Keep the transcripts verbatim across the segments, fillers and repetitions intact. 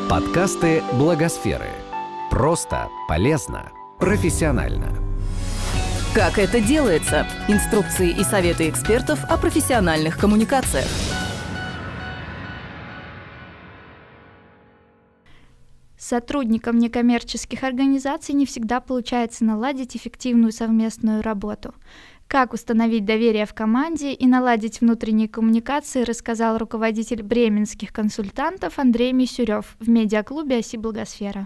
Подкасты Благосферы. Просто, полезно, профессионально. Как это делается? Инструкции и советы экспертов о профессиональных коммуникациях. Сотрудникам некоммерческих организаций не всегда получается наладить эффективную совместную работу. Как установить доверие в команде и наладить внутренние коммуникации, рассказал руководитель бременских консультантов Андрей Мисюрев в медиаклубе «Оси Благосфера».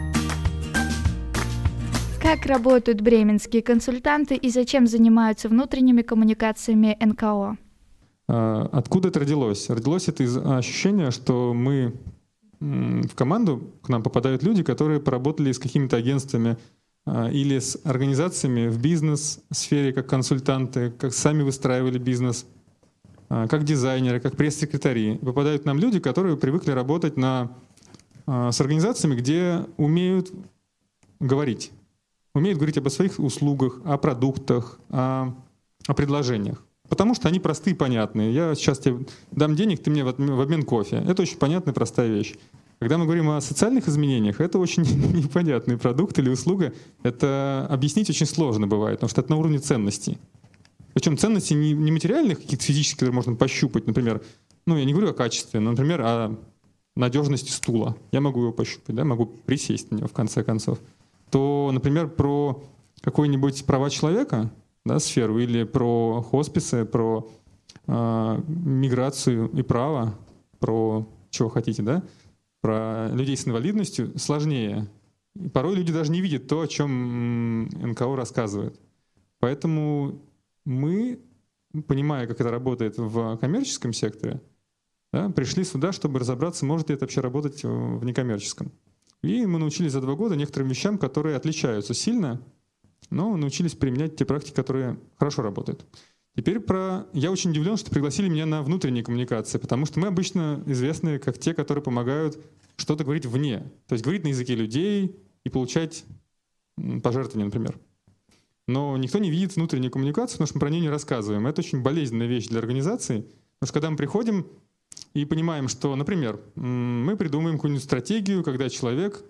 Как работают бременские консультанты и зачем занимаются внутренними коммуникациями эн ка о? Откуда это родилось? Родилось это из ощущения, что мы в команду, к нам попадают люди, которые поработали с какими-то агентствами или с организациями в бизнес-сфере, как консультанты, как сами выстраивали бизнес, как дизайнеры, как пресс-секретари. Попадают к нам люди, которые привыкли работать на, с организациями, где умеют говорить. Умеют говорить об своих услугах, о продуктах, о, о предложениях. Потому что они простые и понятные. Я сейчас тебе дам денег, ты мне в обмен кофе. Это очень понятная, простая вещь. Когда мы говорим о социальных изменениях, это очень непонятный продукт или услуга. Это объяснить очень сложно бывает, потому что это на уровне ценностей. Причем ценности не, не материальных, каких-то физических, которые можно пощупать, например. Ну, я не говорю о качестве, но, например, о надежности стула. Я могу его пощупать, да, могу присесть на него в конце концов. То, например, про какой-нибудь права человека, да, сферу, или про хосписы, про э, миграцию и право, про чего хотите, да, про людей с инвалидностью сложнее. И порой люди даже не видят то, о чем эн ка о рассказывает. Поэтому мы, понимая, как это работает в коммерческом секторе, да, пришли сюда, чтобы разобраться, может ли это вообще работать в некоммерческом. И мы научились за два года некоторым вещам, которые отличаются сильно, но научились применять те практики, которые хорошо работают. Теперь про... Я очень удивлен, что пригласили меня на внутренние коммуникации, потому что мы обычно известны как те, которые помогают что-то говорить вне. То есть говорить на языке людей и получать пожертвования, например. Но никто не видит внутреннюю коммуникацию, потому что мы про нее не рассказываем. Это очень болезненная вещь для организации, потому что когда мы приходим и понимаем, что, например, мы придумаем какую-нибудь стратегию, когда человек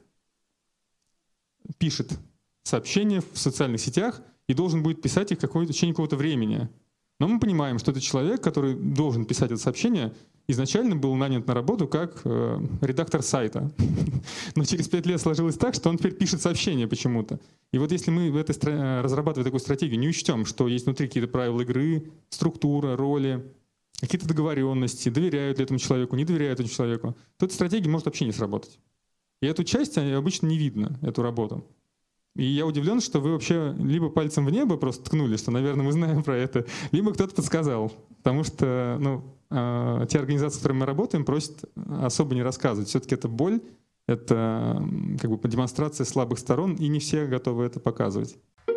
пишет сообщения в социальных сетях и должен будет писать их в течение какого-то времени. Но мы понимаем, что этот человек, который должен писать это сообщение, изначально был нанят на работу как э, редактор сайта. Но через пять лет сложилось так, что он теперь пишет сообщения почему-то. И вот если мы в этой, разрабатывая такую стратегию, не учтем, что есть внутри какие-то правила игры, структура, роли, какие-то договоренности, доверяют ли этому человеку, не доверяют этому человеку, то эта стратегия может вообще не сработать. И эту часть обычно не видно, эту работу. И я удивлен, что вы вообще либо пальцем в небо просто ткнули, что, наверное, мы знаем про это, либо кто-то подсказал. Потому что ну, э, те организации, с которыми мы работаем, просят особо не рассказывать. Все-таки это боль, это как бы демонстрация слабых сторон, и не все готовы это показывать.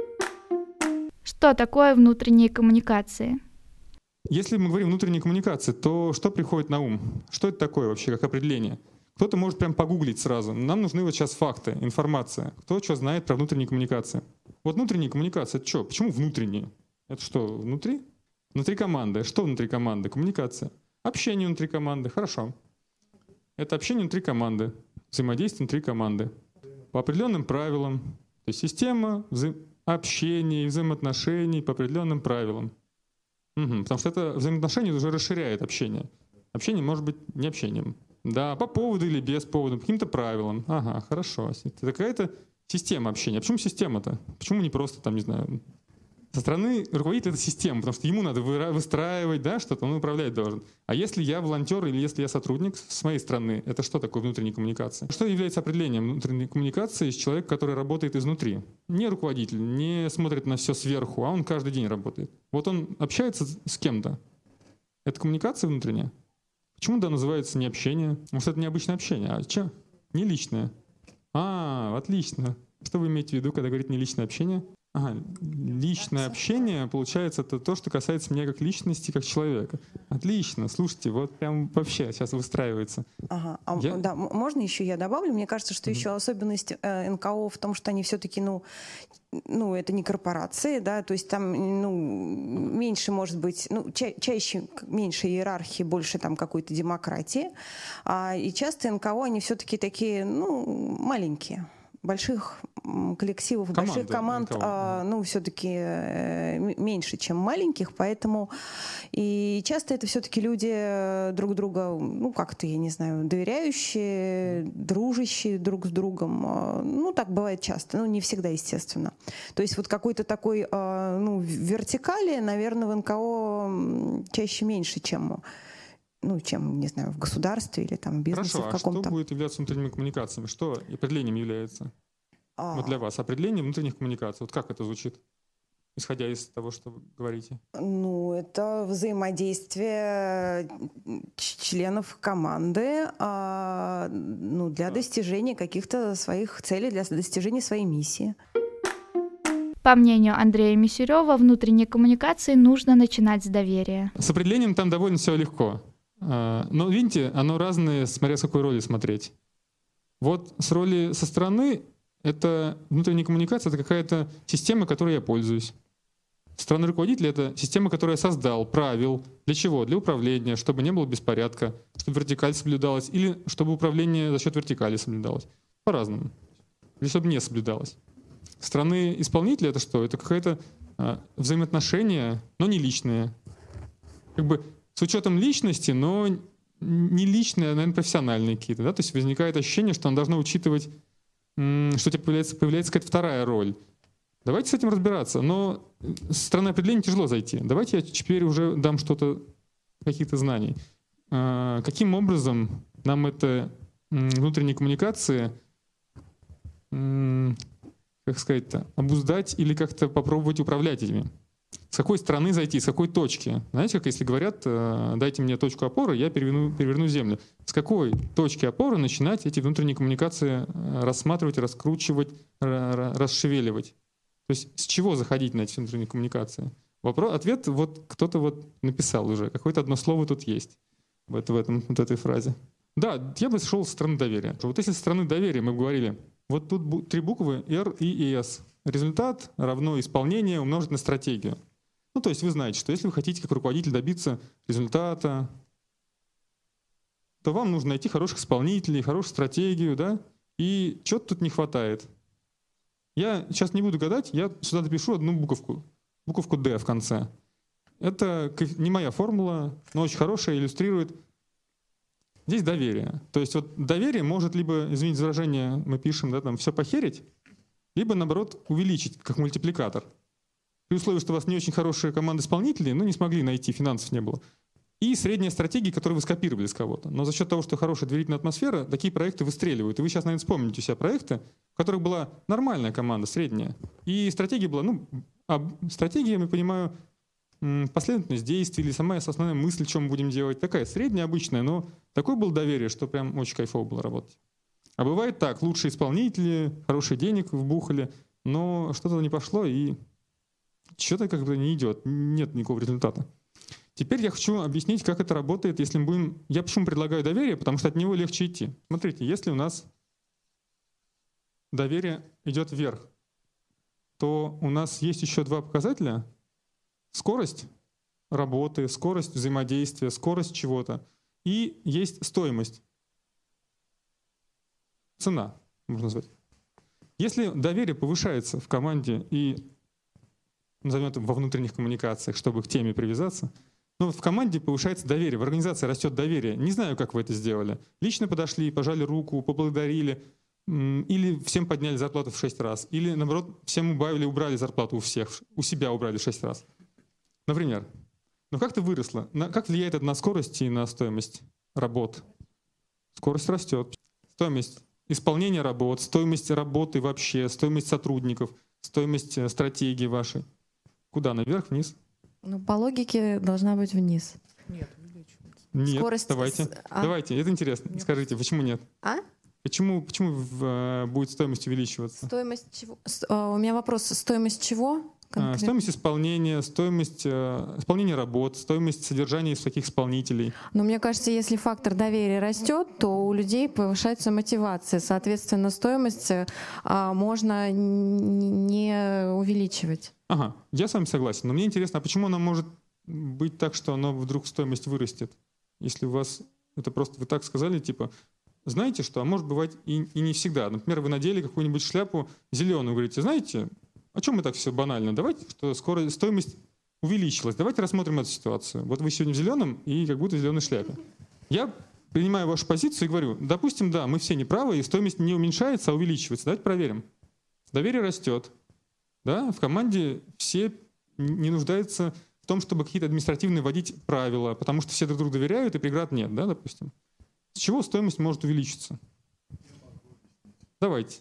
Что такое внутренние коммуникации? Если мы говорим внутренние коммуникации, то что приходит на ум? Что это такое вообще, как определение? Кто-то может прям погуглить сразу. Нам нужны вот сейчас факты, информация. Кто что знает про внутренние коммуникации? Вот внутренние коммуникации — это что? Почему внутренние? Это что, внутри? Внутри команды. Что внутри команды? Коммуникация. Общение внутри команды. Хорошо. Это общение внутри команды. Взаимодействие внутри команды. По определенным правилам. То есть система вза... общения и взаимоотношений по определенным правилам. Угу. Потому что это взаимоотношение уже расширяет общение. Общение может быть не общением. Да, по поводу или без повода, по каким-то правилам. Ага, хорошо. Это какая-то система общения. А почему система-то? Почему не просто, там, не знаю, со стороны руководителя это система, потому что ему надо выстраивать, да, что-то, он управлять должен. А если я волонтер или если я сотрудник с моей стороны, это что такое внутренняя коммуникация? Что является определением внутренней коммуникации с человеком, который работает изнутри? Не руководитель, не смотрит на все сверху, а он каждый день работает. Вот он общается с кем-то. Это коммуникация внутренняя? Почему, да, называется не общение? Может, это не обычное общение, а что? Не личное. А, отлично. Что вы имеете в виду, когда говорите не личное общение? Ага, личное общение, получается, это то, что касается меня как личности, как человека. Отлично, слушайте, вот прям вообще сейчас выстраивается. Ага, а, Я... да, можно еще я добавлю? Мне кажется, что Mm-hmm. еще особенность э, эн ка о в том, что они все-таки, ну, ну, это не корпорации, да, то есть там, ну, меньше, может быть, ну, ча- чаще меньше иерархии, больше там какой-то демократии, а, и часто эн ка о, они все-таки такие, ну, маленькие. Больших коллективов, Команды, больших команд, а, ну, все-таки э, меньше, чем маленьких, поэтому и часто это все-таки люди друг друга, ну, как-то, я не знаю, доверяющие, дружащие друг с другом. Ну, так бывает часто, ну, не всегда, естественно. То есть вот какой-то такой, ну, вертикали, наверное, в эн ка о чаще меньше, чем... ну, чем, не знаю, в государстве или там в бизнесе. Хорошо, в каком-то. А что будет являться внутренними коммуникациями? Что определением является? А... Вот для вас определение внутренних коммуникаций. Вот как это звучит, исходя из того, что вы говорите? Ну, это взаимодействие членов команды а, ну, для да. достижения каких-то своих целей, для достижения своей миссии. По мнению Андрея Мисюрева, внутренние коммуникации нужно начинать с доверия. С определением там довольно все легко. Но, видите, оно разное, смотря с какой роли смотреть. Вот с роли со стороны это внутренняя коммуникация, это какая-то система, которой я пользуюсь. Со стороны руководителя это система, которую я создал, правил. Для чего? Для управления, чтобы не было беспорядка, чтобы вертикаль соблюдалась, или чтобы управление за счет вертикали соблюдалось. По-разному. Или чтобы не соблюдалось. Со стороны исполнителя это что? Это какое-то а, взаимоотношение, но не личное. Как бы с учетом личности, но не личные, а, наверное, профессиональные какие-то. Да? То есть возникает ощущение, что он должно учитывать, м- что у тебя появляется, появляется какая-то вторая роль. Давайте с этим разбираться. Но со стороны определения тяжело зайти. Давайте я теперь уже дам что-то, каких-то знаний. А, каким образом нам это м- внутренние коммуникации м- как сказать-то, обуздать или как-то попробовать управлять этими? С какой стороны зайти, с какой точки? Знаете, как если говорят, дайте мне точку опоры, я переверну, переверну землю. С какой точки опоры начинать эти внутренние коммуникации рассматривать, раскручивать, расшевеливать? То есть с чего заходить на эти внутренние коммуникации? Вопрос, ответ вот кто-то вот написал уже, какое-то одно слово тут есть в, это, в этом, вот этой фразе. Да, я бы шел со стороны доверия. Вот если со стороны доверия мы говорили, вот тут бу- три буквы R и S. Результат равно исполнение умножить на стратегию. Ну, то есть вы знаете, что если вы хотите как руководитель добиться результата, то вам нужно найти хороших исполнителей, хорошую стратегию, да? И чего-то тут не хватает. Я сейчас не буду гадать, я сюда допишу одну буковку. Буковку D в конце. Это не моя формула, но очень хорошая, иллюстрирует. Здесь доверие. То есть вот доверие может либо, извините за выражение, мы пишем, да, там все похерить, либо, наоборот, увеличить, как мультипликатор. При условии, что у вас не очень хорошая команда исполнителей, ну, не смогли найти, финансов не было. И средняя стратегия, которую вы скопировали с кого-то. Но за счет того, что хорошая доверительная атмосфера, такие проекты выстреливают. И вы сейчас, наверное, вспомните у себя проекты, в которых была нормальная команда, средняя. И стратегия была, ну, об... стратегия, я понимаю, последовательность действий или сама основная мысль, что мы будем делать, такая средняя, обычная, но такое было доверие, что прям очень кайфово было работать. А бывает так, лучшие исполнители, хорошие денег вбухали, но что-то не пошло и что-то как бы не идет, нет никакого результата. Теперь я хочу объяснить, как это работает, если мы будем... Я почему предлагаю доверие, потому что от него легче идти. Смотрите, если у нас доверие идет вверх, то у нас есть еще два показателя. Скорость работы, скорость взаимодействия, скорость чего-то. И есть стоимость. Цена, можно назвать. Если доверие повышается в команде и, назовем это, во внутренних коммуникациях, чтобы к теме привязаться, ну вот в команде повышается доверие, в организации растет доверие. Не знаю, как вы это сделали. Лично подошли, пожали руку, поблагодарили, или всем подняли зарплату в шесть раз, или, наоборот, всем убавили, убрали зарплату у всех, у себя убрали в шесть раз. Например. Но как-то выросло. Как влияет это на скорость и на стоимость работ? Скорость растет. Стоимость исполнения работ, стоимость работы вообще, стоимость сотрудников, стоимость стратегии вашей. Куда? Наверх, вниз? Ну, по логике должна быть вниз. Нет, увеличивается. Нет, скорость давайте. С... А? Давайте, это интересно. Нет. Скажите, почему нет? А? Почему, почему в, будет стоимость увеличиваться? Стоимость чего? С- а, У меня вопрос. Стоимость чего? А, конкретно? Стоимость исполнения, стоимость э, исполнения работ, стоимость содержания таких исполнителей. Но мне кажется, если фактор доверия растет, то у людей повышается мотивация. Соответственно, стоимость а, можно н- не увеличивать. Ага, я с вами согласен. Но мне интересно, а почему она может быть так, что она вдруг стоимость вырастет? Если у вас это просто вы так сказали, типа, знаете что, а может бывать и, и не всегда. Например, вы надели какую-нибудь шляпу зеленую, говорите, знаете, о чем мы так все банально? Давайте, что скоро стоимость увеличилась. Давайте рассмотрим эту ситуацию. Вот вы сегодня в зеленом и как будто в зеленой шляпе. Я принимаю вашу позицию и говорю, допустим, да, мы все неправы, и стоимость не уменьшается, а увеличивается. Давайте проверим. Доверие растет. Да? В команде все не нуждаются в том, чтобы какие-то административные вводить правила, потому что все друг другу доверяют, и преград нет, да, допустим. С чего стоимость может увеличиться? Давайте.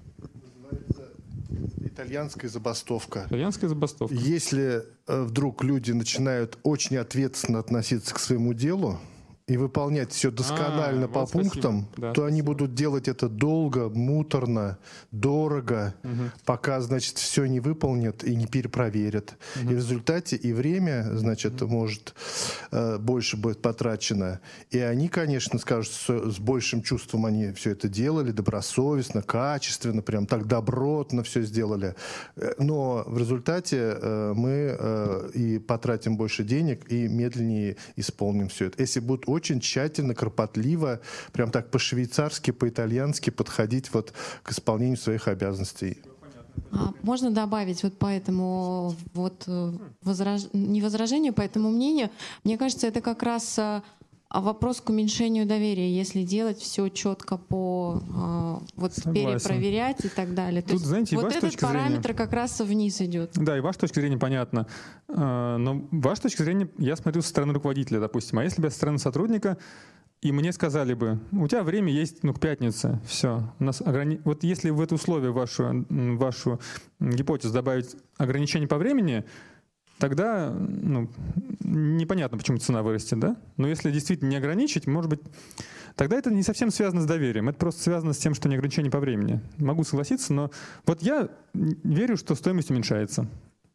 Итальянская забастовка. Итальянская забастовка. Если э, вдруг люди начинают очень ответственно относиться к своему делу и выполнять все досконально А, по вот спасибо. пунктам, Да, то они спасибо. будут делать это долго, муторно, дорого, Мгм. пока, значит, все не выполнят и не перепроверят. И в результате и время, значит, может э, больше будет потрачено. И они, конечно, скажут, с, с большим чувством они все это делали, добросовестно, качественно, прям так добротно все сделали. Э, Но в результате э, мы э, и потратим больше денег, и медленнее исполним все это. Если будут очень тщательно, кропотливо, прям так по-швейцарски, по-итальянски подходить вот к исполнению своих обязанностей. А можно добавить вот по этому вот э, возраж... не возражению, по этому мнению? Мне кажется, это как раз а, а вопрос к уменьшению доверия, если делать все четко по а, вот Согласен. перепроверять и так далее. То Тут, есть знаете, и вот ваша этот точка зрения- параметр как раз вниз идет. Да, и ваша точка зрения понятна. А, Но ваша точка зрения, я смотрю со стороны руководителя, допустим. А если бы я со стороны сотрудника, и мне сказали бы, у тебя время есть ну, к пятнице, все. У нас ограни... Вот если в это условие вашу, м, вашу гипотезу добавить ограничение по времени, тогда ну, непонятно, почему цена вырастет, да? Но если действительно не ограничить, может быть, тогда это не совсем связано с доверием. Это просто связано с тем, что не ограничение по времени. Могу согласиться, но вот я верю, что стоимость уменьшается.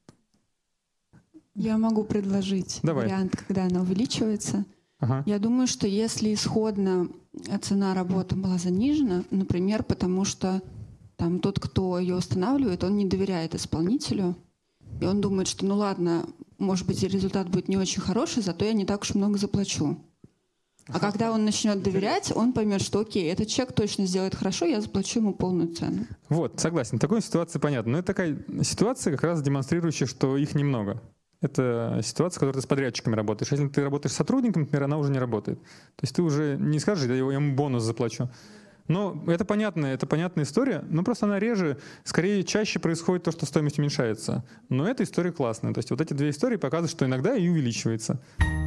Я могу предложить Давай. вариант, когда она увеличивается. Ага. Я думаю, что если исходно цена работы была занижена, например, потому что там тот, кто ее устанавливает, он не доверяет исполнителю, и он думает, что ну ладно, может быть, результат будет не очень хороший, зато я не так уж много заплачу. А когда он начнет доверять, он поймет, что окей, этот человек точно сделает хорошо, я заплачу ему полную цену. Вот, согласен. Такой ситуации понятно. Но это такая ситуация, как раз демонстрирующая, что их немного. Это ситуация, когда ты с подрядчиками работаешь. Если ты работаешь с сотрудником, например, она уже не работает. То есть ты уже не скажешь, я ему бонус заплачу. Но это понятная, это понятная история, но просто она реже, скорее чаще происходит то, что стоимость уменьшается. Но эта история классная. То есть вот эти две истории показывают, что иногда и увеличивается.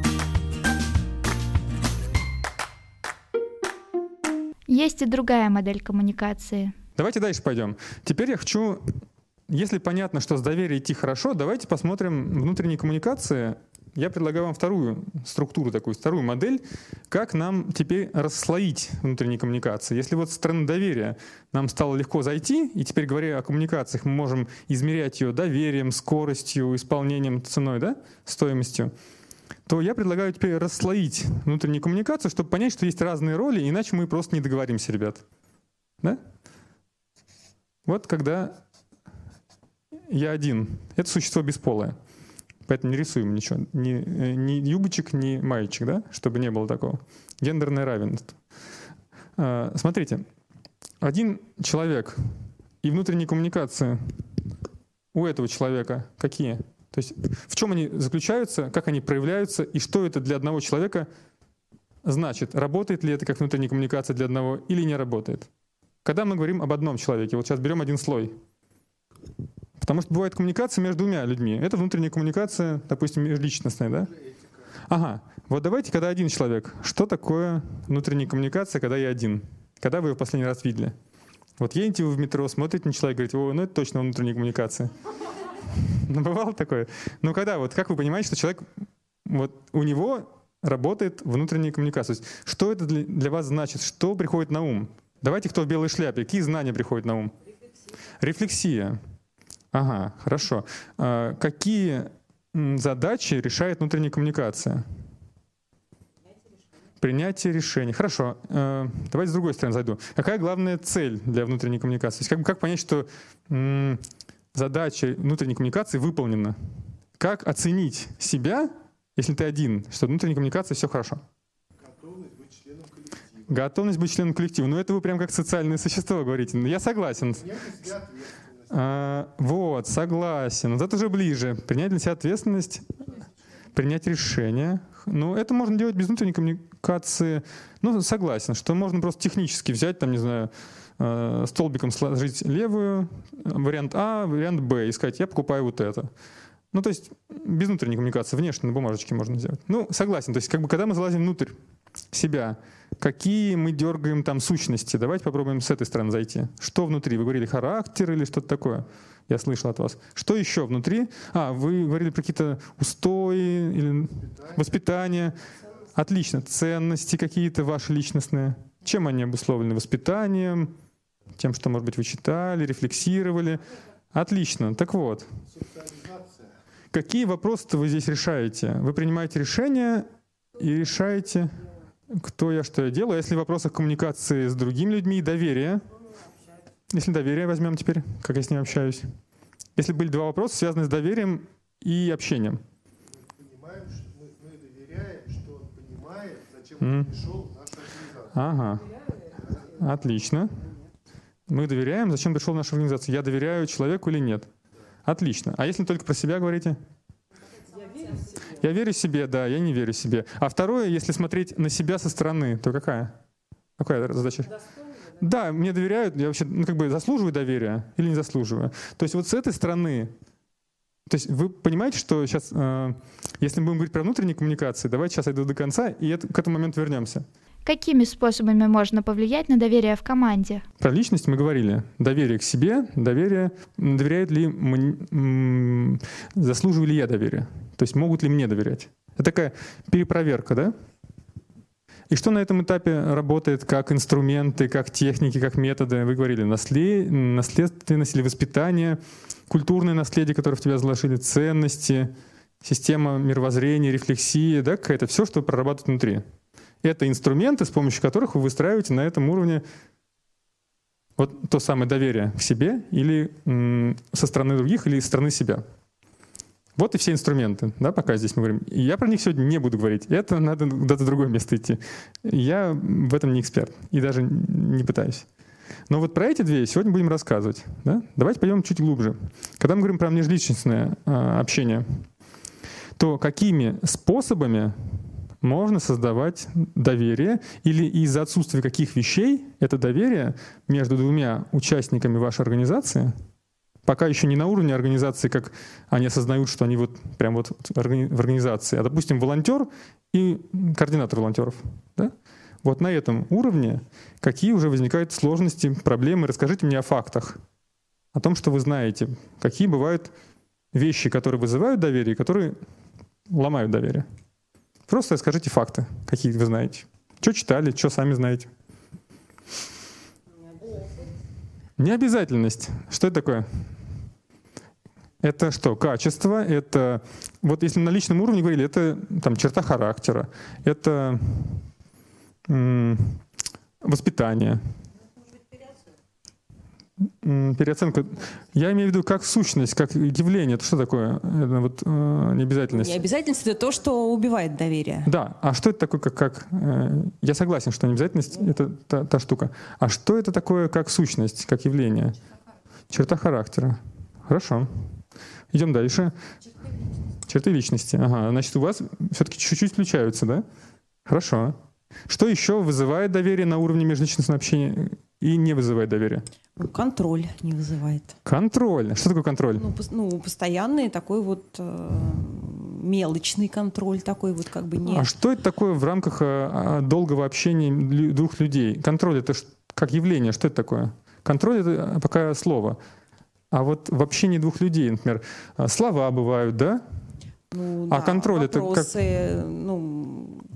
Есть и другая модель коммуникации. Давайте дальше пойдем. Теперь я хочу, если понятно, что с доверием идти хорошо, давайте посмотрим внутренние коммуникации. Я предлагаю вам вторую структуру, такую вторую модель, как нам теперь расслоить внутренние коммуникации. Если вот со стороны доверия нам стало легко зайти, и теперь, говоря о коммуникациях, мы можем измерять ее доверием, скоростью, исполнением, ценой, да, стоимостью, то я предлагаю теперь расслоить внутреннюю коммуникацию, чтобы понять, что есть разные роли, иначе мы просто не договоримся, ребят. Да? Вот когда я один. Это существо бесполое. Поэтому не рисуем ничего. Ни, ни юбочек, ни мальчик, да? Чтобы не было такого. Гендерное равенство. А, смотрите. Один человек и внутренние коммуникации у этого человека какие? То есть в чем они заключаются, как они проявляются, и что это для одного человека значит? Работает ли это как внутренняя коммуникация для одного или не работает? Когда мы говорим об одном человеке, вот сейчас берем один слой. Потому что бывает коммуникация между двумя людьми. Это внутренняя коммуникация, допустим, межличностная, да? Ага. Вот давайте, когда один человек. Что такое внутренняя коммуникация, когда я один? Когда вы его в последний раз видели? Вот едете вы в метро, смотрите на человека, говорите, о, ну это точно внутренняя коммуникация. Ну, бывало такое? Ну, когда вот, как вы понимаете, что человек, вот у него работает внутренняя коммуникация? То есть, что это для, для вас значит? Что приходит на ум? Давайте, кто в белой шляпе. Какие знания приходят на ум? Рефлексия. Ага, хорошо. А какие задачи решает внутренняя коммуникация? Принятие решений. Хорошо. Давайте с другой стороны зайду. Какая главная цель для внутренней коммуникации? Как, как понять, что м, задача внутренней коммуникации выполнена? Как оценить себя, если ты один, что внутренней коммуникации все хорошо? Готовность быть членом коллектива. Готовность быть членом коллектива. Ну это вы прям как социальное существо говорите. Я согласен. А, вот, согласен. Вот это уже ближе. Принять для себя ответственность, принять решение. Ну, это можно делать без внутренней коммуникации. Ну, согласен, что можно просто технически взять, там, не знаю, столбиком сложить левую, вариант А, вариант Б, и сказать, я покупаю вот это. Ну, то есть без внутренней коммуникации, внешне на бумажечке можно сделать. Ну, согласен. То есть, как бы, когда мы залазим внутрь себя, какие мы дергаем там сущности? Давайте попробуем с этой стороны зайти. Что внутри? Вы говорили характер или что-то такое? Я слышал от вас. Что еще внутри? А, вы говорили про какие-то устои или воспитание. Отлично. Ценности какие-то ваши личностные. Чем они обусловлены? Воспитанием, тем, что, может быть, вы читали, рефлексировали. Отлично. Так вот. Какие вопросы-то вы здесь решаете? Вы принимаете решения и решаете, кто я, что я делаю. Если в вопросах коммуникации с другими людьми, доверие. Если доверие возьмем теперь, как я с ним общаюсь. Если были два вопроса, связанные с доверием и общением. Мы понимаем, что мы, мы доверяем, что он понимает, зачем он пришел в нашу организацию. Ага. Отлично. Мы доверяем, зачем пришел в нашу организацию. Я доверяю человеку или нет? Отлично. А если только про себя говорите? Я верю себе. Я верю себе, да, я не верю себе. А второе, если смотреть на себя со стороны, то какая? Какая задача? Да, мне доверяют, я вообще, ну, как бы заслуживаю доверия или не заслуживаю. То есть вот с этой стороны, то есть вы понимаете, что сейчас, э, если мы будем говорить про внутренние коммуникации, давайте сейчас я иду до конца, и это, к этому моменту вернемся. Какими способами можно повлиять на доверие в команде? Про личность мы говорили. Доверие к себе, доверие, доверяет ли, м, заслуживаю ли я доверия. То есть могут ли мне доверять. Это такая перепроверка, да? И что на этом этапе работает как инструменты, как техники, как методы? Вы говорили, наслед... наследственность или воспитание, культурное наследие, которое в тебя заложили, ценности, система мировоззрения, рефлексии, да, какая-то все, что прорабатывает внутри. Это инструменты, с помощью которых вы выстраиваете на этом уровне вот то самое доверие к себе или м, со стороны других, или со стороны себя. Вот и все инструменты, да, пока здесь мы говорим. И я про них сегодня не буду говорить. Это надо куда-то в другое место идти. Я в этом не эксперт и даже не пытаюсь. Но вот про эти две сегодня будем рассказывать. Да? Давайте пойдем чуть глубже. Когда мы говорим про межличностное а, общение, то какими способами можно создавать доверие или из-за отсутствия каких вещей это доверие между двумя участниками вашей организации, пока еще не на уровне организации, как они осознают, что они вот прям вот в организации, а, допустим, волонтер и координатор волонтеров. Да? Вот на этом уровне какие уже возникают сложности, проблемы. Расскажите мне о фактах, о том, что вы знаете. Какие бывают вещи, которые вызывают доверие, которые ломают доверие. Просто расскажите факты, какие вы знаете. Что читали, что сами знаете. Необязательность. Что это такое? Это что? Качество. Это, вот если на личном уровне говорили, это там, черта характера. Это м- воспитание. Переоценка. Я имею в виду как сущность, как явление. Это что такое? Это вот, э, необязательность. Необязательность — это то, что убивает доверие. Да. А что это такое, как... как э, я согласен, что необязательность — это та, та штука. А что это такое, как сущность, как явление? Черта характера. Хорошо. Идем дальше. Черты личности. Ага. Значит, у вас все-таки чуть-чуть включаются, да? Хорошо. Что еще вызывает доверие на уровне межличностного общения и не вызывает доверия? Контроль не вызывает. Контроль. Что такое контроль? Ну, пос- ну постоянный такой вот э, мелочный контроль, такой вот как бы не... А что это такое в рамках э, долгого общения лю- двух людей? Контроль — это ш- как явление, что это такое? Контроль — это пока слово. А вот в общении двух людей, например, слова бывают, да? Ну, а да, контроль — вопросы, это как... ну,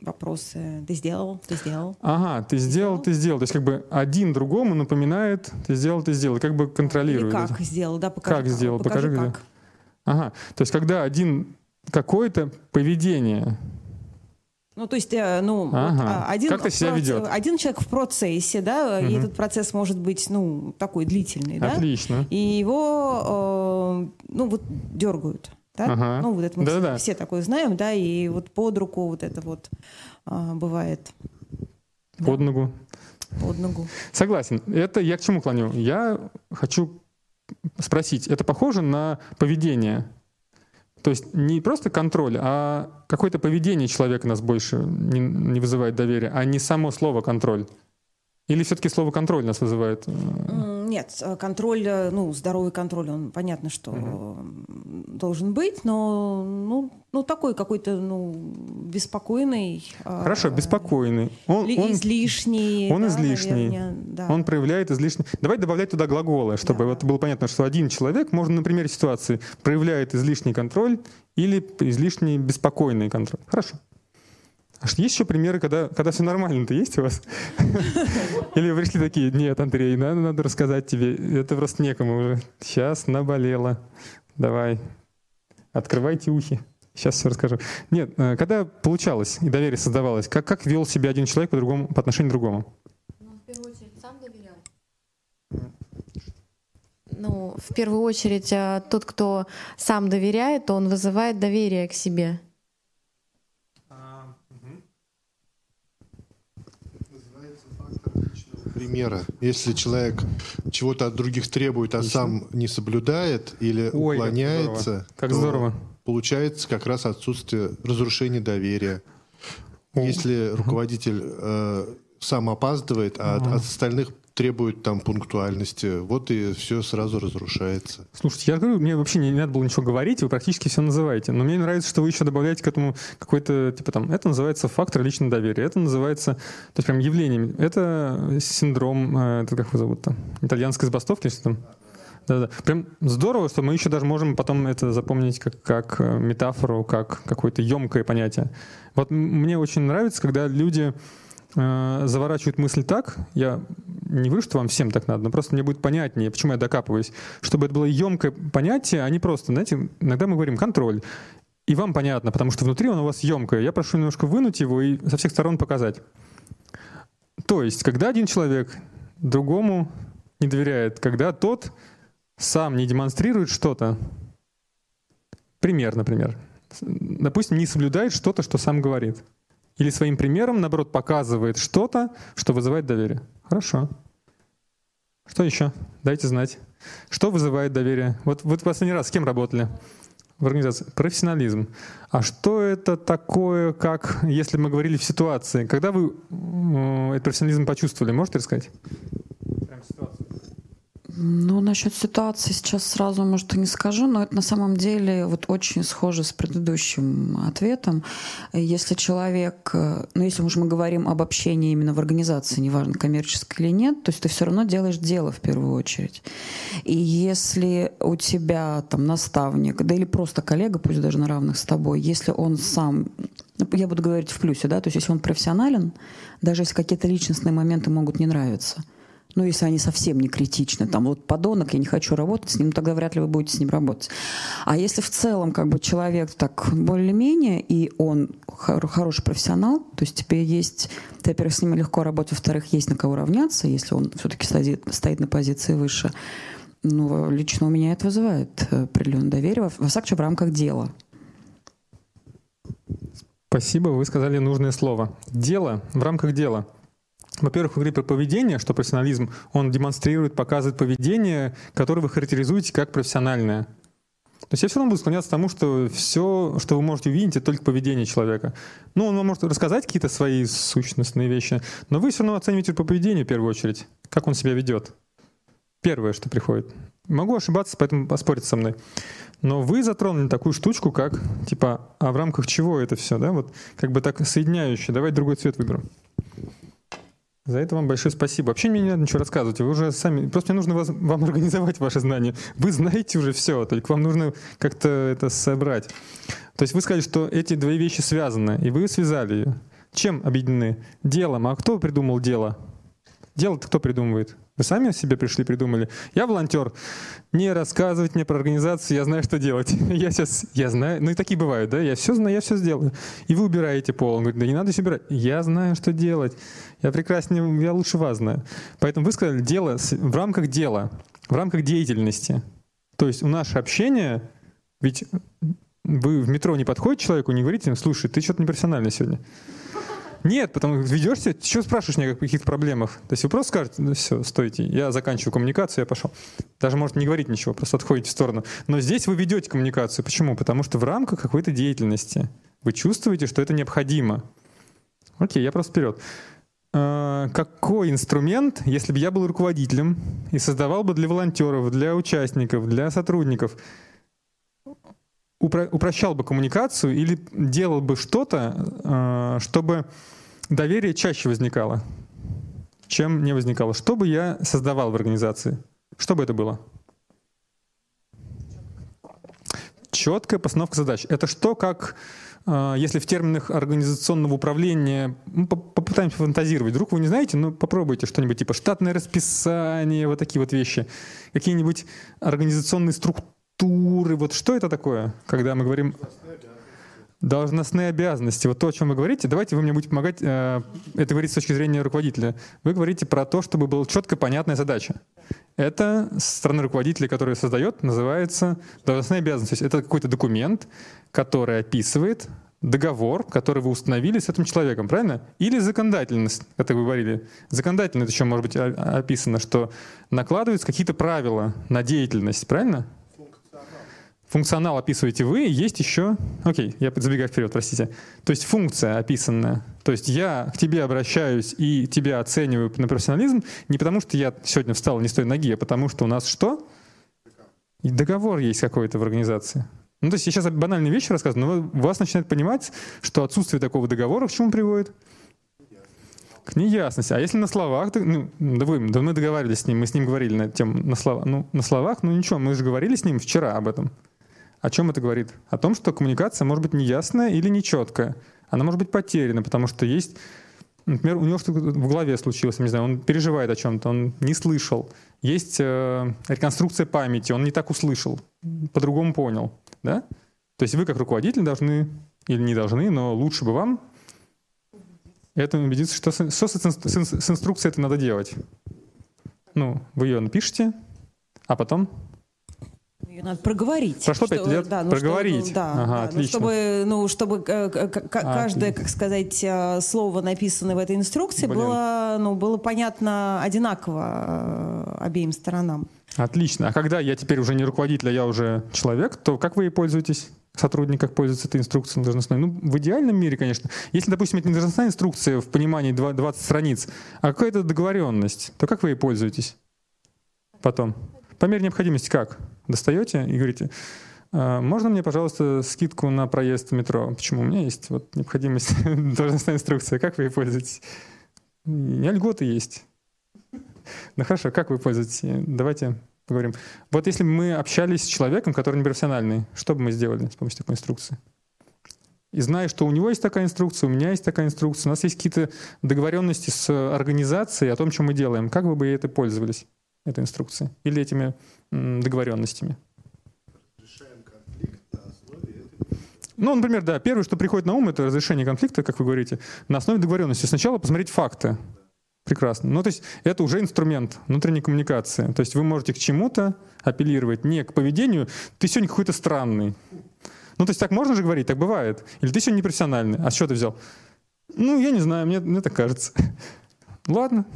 вопросы. Ты сделал, ты сделал. Ага, ты сделал, ты сделал. То есть как бы один другому напоминает, ты сделал, ты сделал. И как бы контролирует. Или как сделал, да, покажи. Как сделал, покажи, покажи, как. где. Ага, то есть когда один какое-то поведение. Ну, то есть, ну, Ага. вот, один, как-то себя проц... ведет. один человек в процессе, да, Угу. и этот процесс может быть, ну, такой длительный, да. Отлично. И его, э, ну, вот дергают. Да? Ага. Ну, вот это мы Да-да-да. все, все такое знаем, да, и вот под руку вот это вот а, бывает. Под да, ногу. Под ногу. Согласен. Это я к чему клоню? Я хочу спросить, это похоже на поведение? То есть не просто контроль, а какое-то поведение человека нас больше не, не вызывает доверия, а не само слово «контроль». Или все-таки слово «контроль» нас вызывает? Нет, контроль, ну, здоровый контроль, он понятно, что uh-huh. должен быть, но ну, ну, такой какой-то ну, беспокойный. Хорошо, беспокойный. Он, он излишний. Он да, излишний. Наверное, да. Он проявляет излишний. Давайте добавлять туда глаголы, чтобы да. вот было понятно, что один человек, можно на примере ситуации, проявляет излишний контроль или излишний беспокойный контроль. Хорошо. А есть еще примеры, когда, когда все нормально-то есть у вас? Или вы пришли такие, нет, Андрей, надо, надо рассказать тебе, это просто некому уже. Сейчас наболело. Давай, открывайте ухи. Сейчас все расскажу. Нет, когда получалось и доверие создавалось, как, как вел себя один человек по, другому, по отношению к другому? Ну, в первую очередь, сам доверял. Ну, в первую очередь, тот, кто сам доверяет, он вызывает доверие к себе. Примера. Если человек чего-то от других требует, а Отлично. Сам не соблюдает или Ой, уклоняется, как здорово. Как здорово. Получается как раз отсутствие разрушения доверия. О. Если руководитель э, сам опаздывает, а от, от остальных требует там пунктуальности, вот и все сразу разрушается. Слушайте, я говорю, мне вообще не, не надо было ничего говорить, вы практически все называете. Но мне нравится, что вы еще добавляете к этому какой-то, типа там, это называется фактор личного доверия, это называется, то есть прям явлением, это синдром, это как его зовут-то, итальянской забастовки, что там? Да-да. Прям здорово, что мы еще даже можем потом это запомнить как, как метафору, как какое-то емкое понятие. Вот мне очень нравится, когда люди заворачивают мысль так, я не говорю, что вам всем так надо, но просто мне будет понятнее, почему я докапываюсь, чтобы это было емкое понятие, а не просто, знаете, иногда мы говорим контроль, и вам понятно, потому что внутри он у вас емкое. Я прошу немножко вынуть его и со всех сторон показать. То есть, когда один человек другому не доверяет, когда тот сам не демонстрирует что-то, пример, например, допустим, не соблюдает что-то, что сам говорит. Или своим примером, наоборот, показывает что-то, что вызывает доверие. Хорошо. Что еще? Дайте знать. Что вызывает доверие? Вот вы в последний раз с кем работали в организации? Профессионализм. А что это такое, как, если мы говорили в ситуации? Когда вы э, этот профессионализм почувствовали? Можете рассказать? Прям ситуацию. Ну, насчет ситуации сейчас сразу, может, и не скажу, но это на самом деле вот очень схоже с предыдущим ответом. Если человек, ну, если уж мы говорим об общении именно в организации, неважно, коммерческой или нет, то есть ты все равно делаешь дело в первую очередь. И если у тебя там наставник, да или просто коллега, пусть даже на равных с тобой, если он сам, я буду говорить в плюсе, да, то есть если он профессионален, даже если какие-то личностные моменты могут не нравиться, ну, если они совсем не критичны, там, вот подонок, я не хочу работать с ним, тогда вряд ли вы будете с ним работать. А если в целом, как бы, человек так более-менее, и он хор- хороший профессионал, то есть тебе есть, ты, во-первых, с ним легко работать, во-вторых, есть на кого равняться, если он все-таки стоит, стоит на позиции выше, ну, лично у меня это вызывает определенное доверие, во, во всяком случае, в рамках дела. Спасибо, вы сказали нужное слово. Дело в рамках дела. Во-первых, вы говорите про поведение, что профессионализм, он демонстрирует, показывает поведение, которое вы характеризуете как профессиональное. То есть я все равно буду склоняться к тому, что все, что вы можете увидеть, это только поведение человека. Ну, он вам может рассказать какие-то свои сущностные вещи, но вы все равно оцениваете по поведению в первую очередь, как он себя ведет. Первое, что приходит. Могу ошибаться, поэтому поспорьте со мной. Но вы затронули такую штучку, как, типа, а в рамках чего это все, да? Вот как бы так соединяющее. Давайте другой цвет выберу. За это вам большое спасибо. Вообще мне не надо ничего рассказывать. Вы уже сами... Просто мне нужно вас, вам организовать ваши знания. Вы знаете уже все, только вам нужно как-то это собрать. То есть вы сказали, что эти две вещи связаны, и вы связали ее. чем объединены? Делом. А кто придумал дело? Дело-то кто придумывает? Вы сами себе пришли, придумали? Я волонтер. Не рассказывать мне про организацию, я знаю, что делать. Я сейчас, я знаю, ну и такие бывают, да? Я все знаю, я все сделаю. И вы убираете пол. Он говорит, да не надо все убирать. Я знаю, что делать. Я прекраснее, я лучше вас знаю. Поэтому вы сказали, дело в рамках дела, в рамках деятельности. То есть у наше общение, ведь вы в метро не подходите к человеку, не говорите, слушай, ты что-то непрофессиональный сегодня. Нет, потому что ведешься, что спрашиваешь меня о каких-то проблемах? То есть вы просто скажете, ну все, стойте, я заканчиваю коммуникацию, я пошел. Даже может не говорить ничего, просто отходите в сторону. Но здесь вы ведете коммуникацию. Почему? Потому что в рамках какой-то деятельности вы чувствуете, что это необходимо. Окей, я просто вперед. А, какой инструмент, если бы я был руководителем и создавал бы для волонтеров, для участников, для сотрудников, упро- упрощал бы коммуникацию или делал бы что-то, а, чтобы доверие чаще возникало, чем не возникало? Что бы я создавал в организации? Что бы это было? Четкая постановка задач. Это что, как, если в терминах организационного управления, ну, попытаемся фантазировать, вдруг вы не знаете, ну попробуйте что-нибудь типа штатное расписание, вот такие вот вещи, какие-нибудь организационные структуры. Вот что это такое, когда мы говорим... Должностные обязанности. Вот то, о чем вы говорите, давайте вы мне будете помогать, э, это говорить с точки зрения руководителя. Вы говорите про то, чтобы была четко понятная задача. Это со стороны руководителя, который создает, называется должностные обязанности. То есть это какой-то документ, который описывает договор, который вы установили с этим человеком, правильно? Или законодательность, как вы говорили. Законодательно это еще может быть описано, что накладываются какие-то правила на деятельность, правильно? Функционал описываете вы, есть еще... Окей, я забегаю вперед, простите. То есть функция описанная. То есть я к тебе обращаюсь и тебя оцениваю на профессионализм не потому, что я сегодня встал не с той ноги, а потому что у нас что? И договор есть какой-то в организации. Ну, то есть я сейчас банальные вещи рассказываю, но вас начинает понимать, что отсутствие такого договора к чему приводит? К неясности. А если на словах, ну, да, вы, да мы договаривались с ним, мы с ним говорили на эту тему на, слова, ну, на словах, ну ничего, мы же говорили с ним вчера об этом. О чем это говорит? О том, что коммуникация может быть неясная или нечеткая. Она может быть потеряна, потому что есть, например, у него что-то в голове случилось, не знаю, он переживает о чем-то, он не слышал. Есть э, реконструкция памяти, он не так услышал, по-другому понял. Да? То есть вы как руководитель должны, или не должны, но лучше бы вам это убедиться, что с, что с, с, с инструкцией это надо делать. Ну, вы ее напишите, а потом... Ее надо проговорить. Прошло пять лет, да, ну, проговорить. Что, да, ага, да, отлично. Ну, чтобы, ну, чтобы каждое, отлично. как сказать, слово, написанное в этой инструкции, Блин. было, ну, было понятно одинаково обеим сторонам. Отлично. А когда я теперь уже не руководитель, а я уже человек, то как вы ей пользуетесь? Сотрудник как пользуется этой инструкцией должностной? Ну, в идеальном мире, конечно. Если, допустим, это не должностная инструкция в понимании двадцать страниц, а какая-то договоренность, то как вы ей пользуетесь потом? По мере необходимости как? Достаете и говорите, можно мне, пожалуйста, скидку на проезд в метро? Почему? У меня есть вот необходимость, должностная инструкция. Как вы ей пользуетесь? У меня льготы есть. Ну хорошо, как вы пользуетесь? Давайте поговорим. Вот если бы мы общались с человеком, который непрофессиональный, что бы мы сделали с помощью такой инструкции? И зная, что у него есть такая инструкция, у меня есть такая инструкция, у нас есть какие-то договоренности с организацией о том, что мы делаем, как бы вы этой пользовались, этой инструкцией? Или этими м, договоренностями? Решаем конфликт на основе этой... Ну, например, да, первое, что приходит на ум, это разрешение конфликта, как вы говорите, на основе договоренности. Сначала посмотреть факты. Прекрасно. Ну, то есть это уже инструмент внутренней коммуникации. То есть вы можете к чему-то апеллировать, не к поведению. Ты сегодня какой-то странный. Ну, то есть так можно же говорить, так бывает. Или ты сегодня непрофессиональный. А что ты взял? Ну, я не знаю, мне, мне так кажется. Ладно.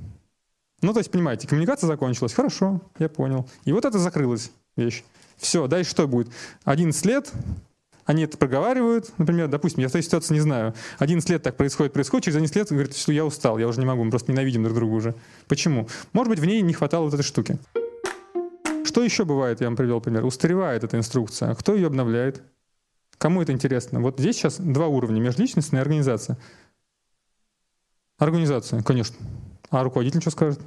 Ну, то есть, понимаете, коммуникация закончилась. Хорошо, я понял. И вот это закрылась вещь. Все, дальше что будет? одиннадцать лет... Они это проговаривают, например, допустим, я в той ситуации не знаю. одиннадцать лет так происходит, происходит, через одиннадцать лет говорит, что я устал, я уже не могу, мы просто ненавидим друг друга уже. Почему? Может быть, в ней не хватало вот этой штуки. Что еще бывает, я вам привел пример. Устаревает эта инструкция. Кто ее обновляет? Кому это интересно? Вот здесь сейчас два уровня, межличностная и организация. Организация, конечно. А руководитель что скажет?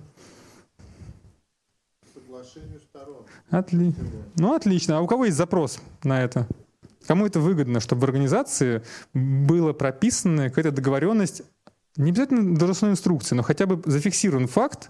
Соглашению сторон. Отли... Ну, отлично. А у кого есть запрос на это? Кому это выгодно, чтобы в организации была прописана какая-то договоренность, не обязательно должностной инструкции, но хотя бы зафиксирован факт,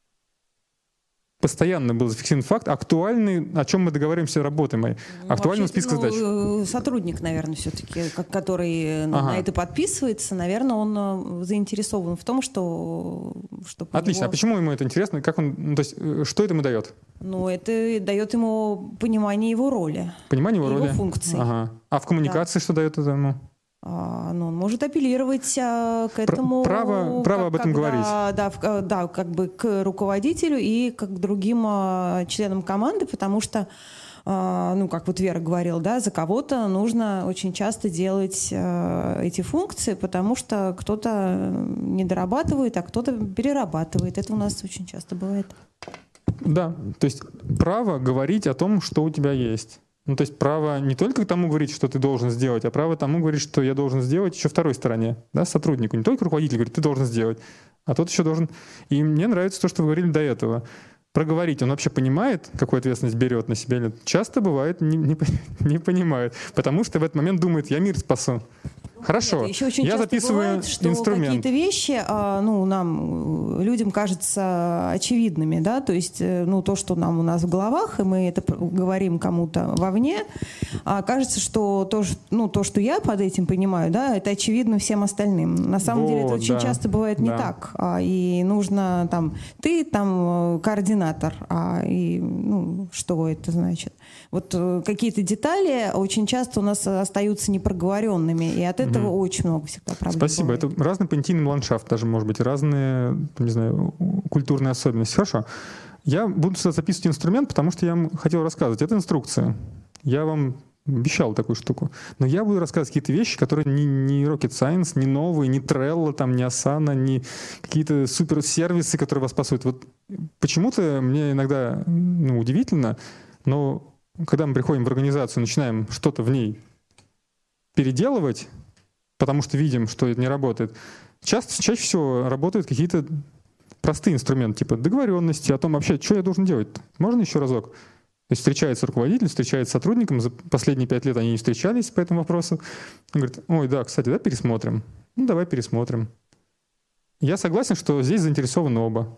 постоянно был зафиксирован факт, актуальный, о чем мы договоримся, работаем, ну, актуального списка ну, задач. Сотрудник, наверное, все-таки, который ага. на это подписывается, наверное, он заинтересован в том, что... чтобы Отлично. него... А почему ему это интересно? Как он, ну, то есть, что это ему дает? Ну, это дает ему понимание его роли. Понимание его, его роли? функций. Ага. А в коммуникации да. что дает это ему? А, ну, он может апеллировать а, к этому... Право, право об этом когда, говорить. Да, в, да, как бы к руководителю и к другим а, членам команды, потому что, а, ну, как вот Вера говорила, да, за кого-то нужно очень часто делать а, эти функции, потому что кто-то не дорабатывает, а кто-то перерабатывает. Это у нас очень часто бывает. Да, то есть право говорить о том, что у тебя есть. Ну, то есть право не только тому говорить, что ты должен сделать, а право тому говорить, что я должен сделать еще второй стороне, да, сотруднику. Не только руководитель говорит, ты должен сделать, а тот еще должен. И мне нравится то, что вы говорили до этого. Проговорить, он вообще понимает, какую ответственность берет на себя? Или часто бывает, не, не, не понимает, потому что в этот момент думает, я мир спасу. Хорошо, Нет, еще очень я часто записываю бывает, что инструмент. Какие-то вещи, ну, нам, людям, кажутся очевидными, да, то есть, ну, то, что нам у нас в головах, и мы это говорим кому-то вовне, а кажется, что то, ну, то, что я под этим понимаю, да, это очевидно всем остальным. На самом вот, деле это очень да, часто бывает да. не так, а, и нужно там, ты там координатор, а и, ну, что это значит? Вот какие-то детали очень часто у нас остаются непроговоренными, и от этого этого очень много всегда проблем. Спасибо. Бывает. Это разный понятийный ландшафт даже, может быть, разные, не знаю, культурные особенности. Хорошо. Я буду сюда записывать инструмент, потому что я вам хотел рассказывать. Это инструкция. Я вам обещал такую штуку. Но я буду рассказывать какие-то вещи, которые не, не rocket science, не новые, не Trello, там, не Asana, не какие-то суперсервисы, которые вас спасут. Вот почему-то мне иногда ну, удивительно, но когда мы приходим в организацию, начинаем что-то в ней переделывать, потому что видим, что это не работает. Часто, чаще всего работают какие-то простые инструменты, типа договоренности, о том вообще, что я должен делать. Можно еще разок? То есть встречается руководитель, встречается с сотрудником, за последние пять лет они не встречались по этому вопросу. Он говорит, ой, да, кстати, да, пересмотрим. Ну, давай пересмотрим. Я согласен, что здесь заинтересованы оба.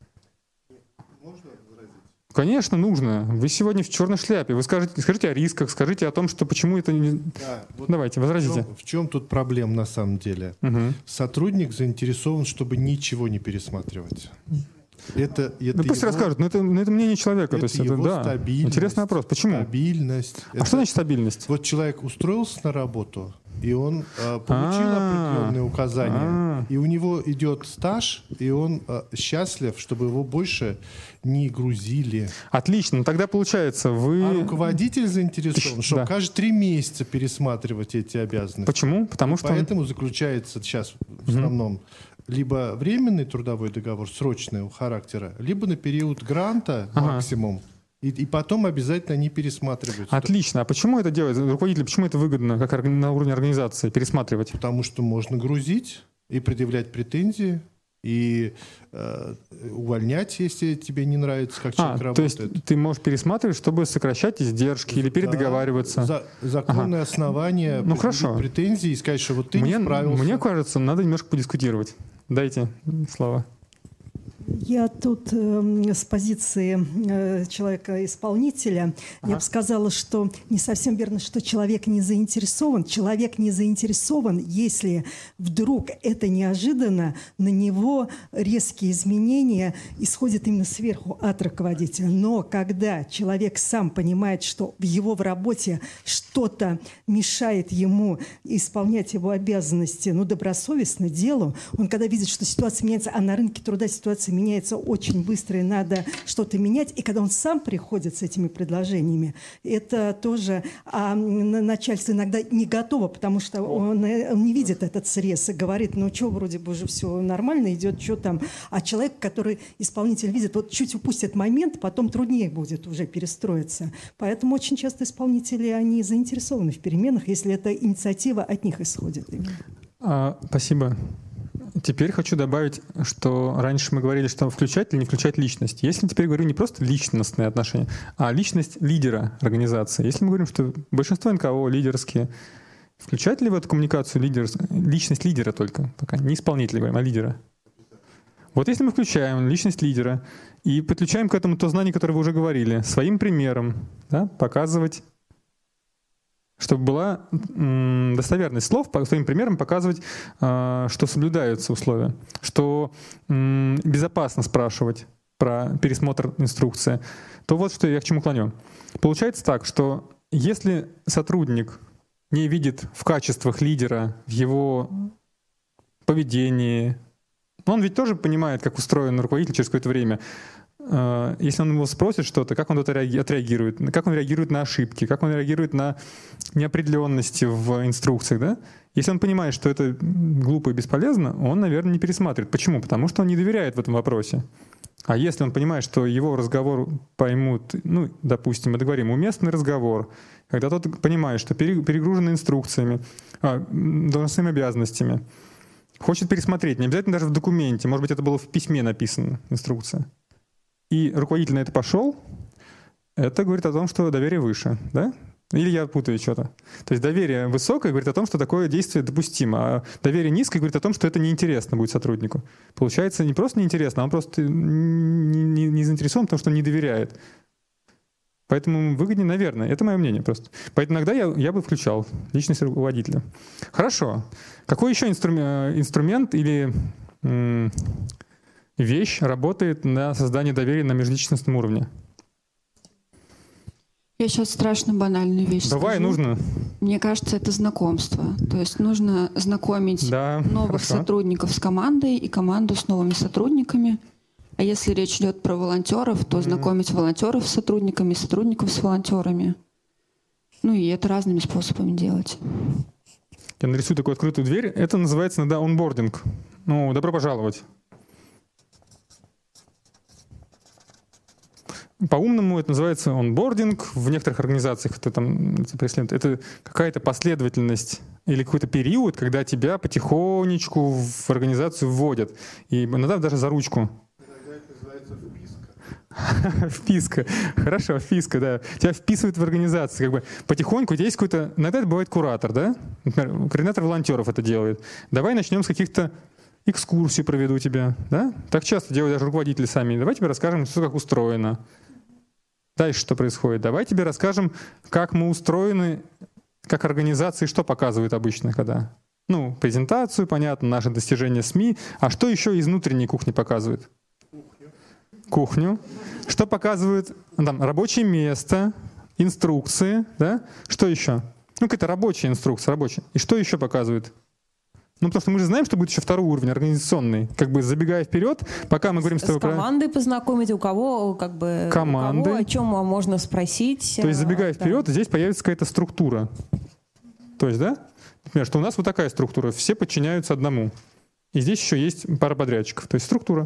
Конечно, нужно. Вы сегодня в черной шляпе. Вы скажите, скажите о рисках, скажите о том, что почему это не... Да, вот давайте, возразите. В чем, в чем тут проблема на самом деле? Угу. Сотрудник заинтересован, чтобы ничего не пересматривать. Это, это ну, пусть его, расскажут, но это, но это мнение человека. Это то есть его это, да. стабильность. Интересный вопрос. Почему? Стабильность. А это, что значит стабильность? Вот человек устроился на работу, и он э, получил А-а-а. определенные указания, А-а-а. и у него идет стаж, и он э, счастлив, чтобы его больше не грузили. Отлично. Тогда получается, вы... А руководитель заинтересован, чтобы да. каждые три месяца пересматривать эти обязанности. Почему? Потому что... Поэтому заключается сейчас в основном... Угу. Либо временный трудовой договор срочного характера, либо на период гранта ага. максимум. И, и потом обязательно они пересматриваются. Отлично. А почему это делает руководитель? Почему это выгодно, как на уровне организации, пересматривать? Потому что можно грузить и предъявлять претензии, и э, увольнять, если тебе не нравится, как человек а, работает. То есть ты можешь пересматривать, чтобы сокращать издержки да, или передоговариваться? За, законное ага. основание ну, хорошо. претензий и сказать, что вот ты мне, не справился. Мне кажется, надо немножко подискутировать. Дайте слова. Я тут э, с позиции э, человека-исполнителя, ага. я бы сказала, что не совсем верно, что человек не заинтересован. Человек не заинтересован, если вдруг это неожиданно, на него резкие изменения исходят именно сверху от руководителя. Но когда человек сам понимает, что в его в работе что-то мешает ему исполнять его обязанности, ну, добросовестно делу, он когда видит, что ситуация меняется, а на рынке труда ситуация меняется, меняется очень быстро, и надо что-то менять. И когда он сам приходит с этими предложениями, это тоже а, начальство иногда не готово, потому что он, он не видит этот срез и говорит, ну что, вроде бы уже все нормально идет, что там. А человек, который исполнитель видит, вот чуть упустит момент, потом труднее будет уже перестроиться. Поэтому очень часто исполнители, они заинтересованы в переменах, если эта инициатива от них исходит. А, спасибо. теперь хочу добавить, что раньше мы говорили, что включать или не включать личность. Если теперь говорю не просто личностные отношения, а личность лидера организации. Если мы говорим, что большинство эн ка о лидерские, включать ли в эту коммуникацию лидер, личность лидера только, пока не исполнителя говорим, а лидера? Вот если мы включаем личность лидера и подключаем к этому то знание, которое вы уже говорили, своим примером, да, показывать, чтобы была м, достоверность слов, по своим примерам показывать, э, что соблюдаются условия, что м, безопасно спрашивать про пересмотр инструкции, то вот что я к чему клоню. Получается так, что если сотрудник не видит в качествах лидера, в его поведении, он ведь тоже понимает, как устроен руководитель через какое-то время. Если он его спросит что-то, как он отреагирует, как он реагирует на ошибки, как он реагирует на неопределенности в инструкциях, да? Если он понимает, что это глупо и бесполезно, он, наверное, не пересматривает. Почему? Потому что он не доверяет в этом вопросе. А если он понимает, что его разговор поймут, ну, допустим, мы договорим, уместный разговор, когда тот понимает, что перегружен инструкциями, а, должностными обязанностями, хочет пересмотреть, не обязательно даже в документе, может быть, это было в письме написано, инструкция, и руководитель на это пошел, это говорит о том, что доверие выше, да? Или я путаю что-то. То есть доверие высокое говорит о том, что такое действие допустимо, а доверие низкое говорит о том, что это неинтересно будет сотруднику. Получается, не просто неинтересно, а он просто не, не, не заинтересован, потому что он не доверяет. Поэтому выгоднее, наверное. Это мое мнение просто. Поэтому иногда я, я бы включал личность руководителя. Хорошо. Какой еще инструмент, инструмент или м, вещь работает на создание доверия на межличностном уровне? Я сейчас страшно банальную вещь Давай, скажу. нужно. Мне кажется, это знакомство. То есть нужно знакомить да, новых хорошо. сотрудников с командой и команду с новыми сотрудниками. А если речь идет про волонтеров, то mm-hmm. знакомить волонтеров с сотрудниками, сотрудников с волонтерами. Ну и это разными способами делать. Я нарисую такую открытую дверь. Это называется иногда онбординг. Ну, добро пожаловать. По-умному это называется онбординг. В некоторых организациях это, там, это, это какая-то последовательность или какой-то период, когда тебя потихонечку в организацию вводят. И иногда даже за ручку. Иногда это называется вписка. Вписка. Хорошо, вписка, да. Тебя вписывают в организацию. Как бы потихоньку. У тебя есть какой-то... Иногда это бывает куратор, да? Например, координатор волонтеров это делает. Давай начнем с каких-то экскурсий проведу тебя, да? Так часто делают даже руководители сами. Давай тебе расскажем, что как устроено. Дальше что происходит? Давай тебе расскажем, как мы устроены, как организации, что показывают обычно, когда... Ну, презентацию, понятно, наши достижения СМИ. А что еще из внутренней кухни показывают? Кухню. Кухню. Что показывают? Там, рабочее место, инструкции, да? Что еще? Ну, какая-то рабочая инструкция, рабочая. И что еще показывают? Ну, потому что мы же знаем, что будет еще второй уровень, организационный. Как бы забегая вперед, пока мы говорим с тобой про... С командой про... познакомить, у кого, как бы, команды. У кого, о чем можно спросить. То есть, забегая да. вперед, здесь появится какая-то структура. То есть, да? Например, что у нас вот такая структура. Все подчиняются одному. И здесь еще есть пара подрядчиков. То есть, структура.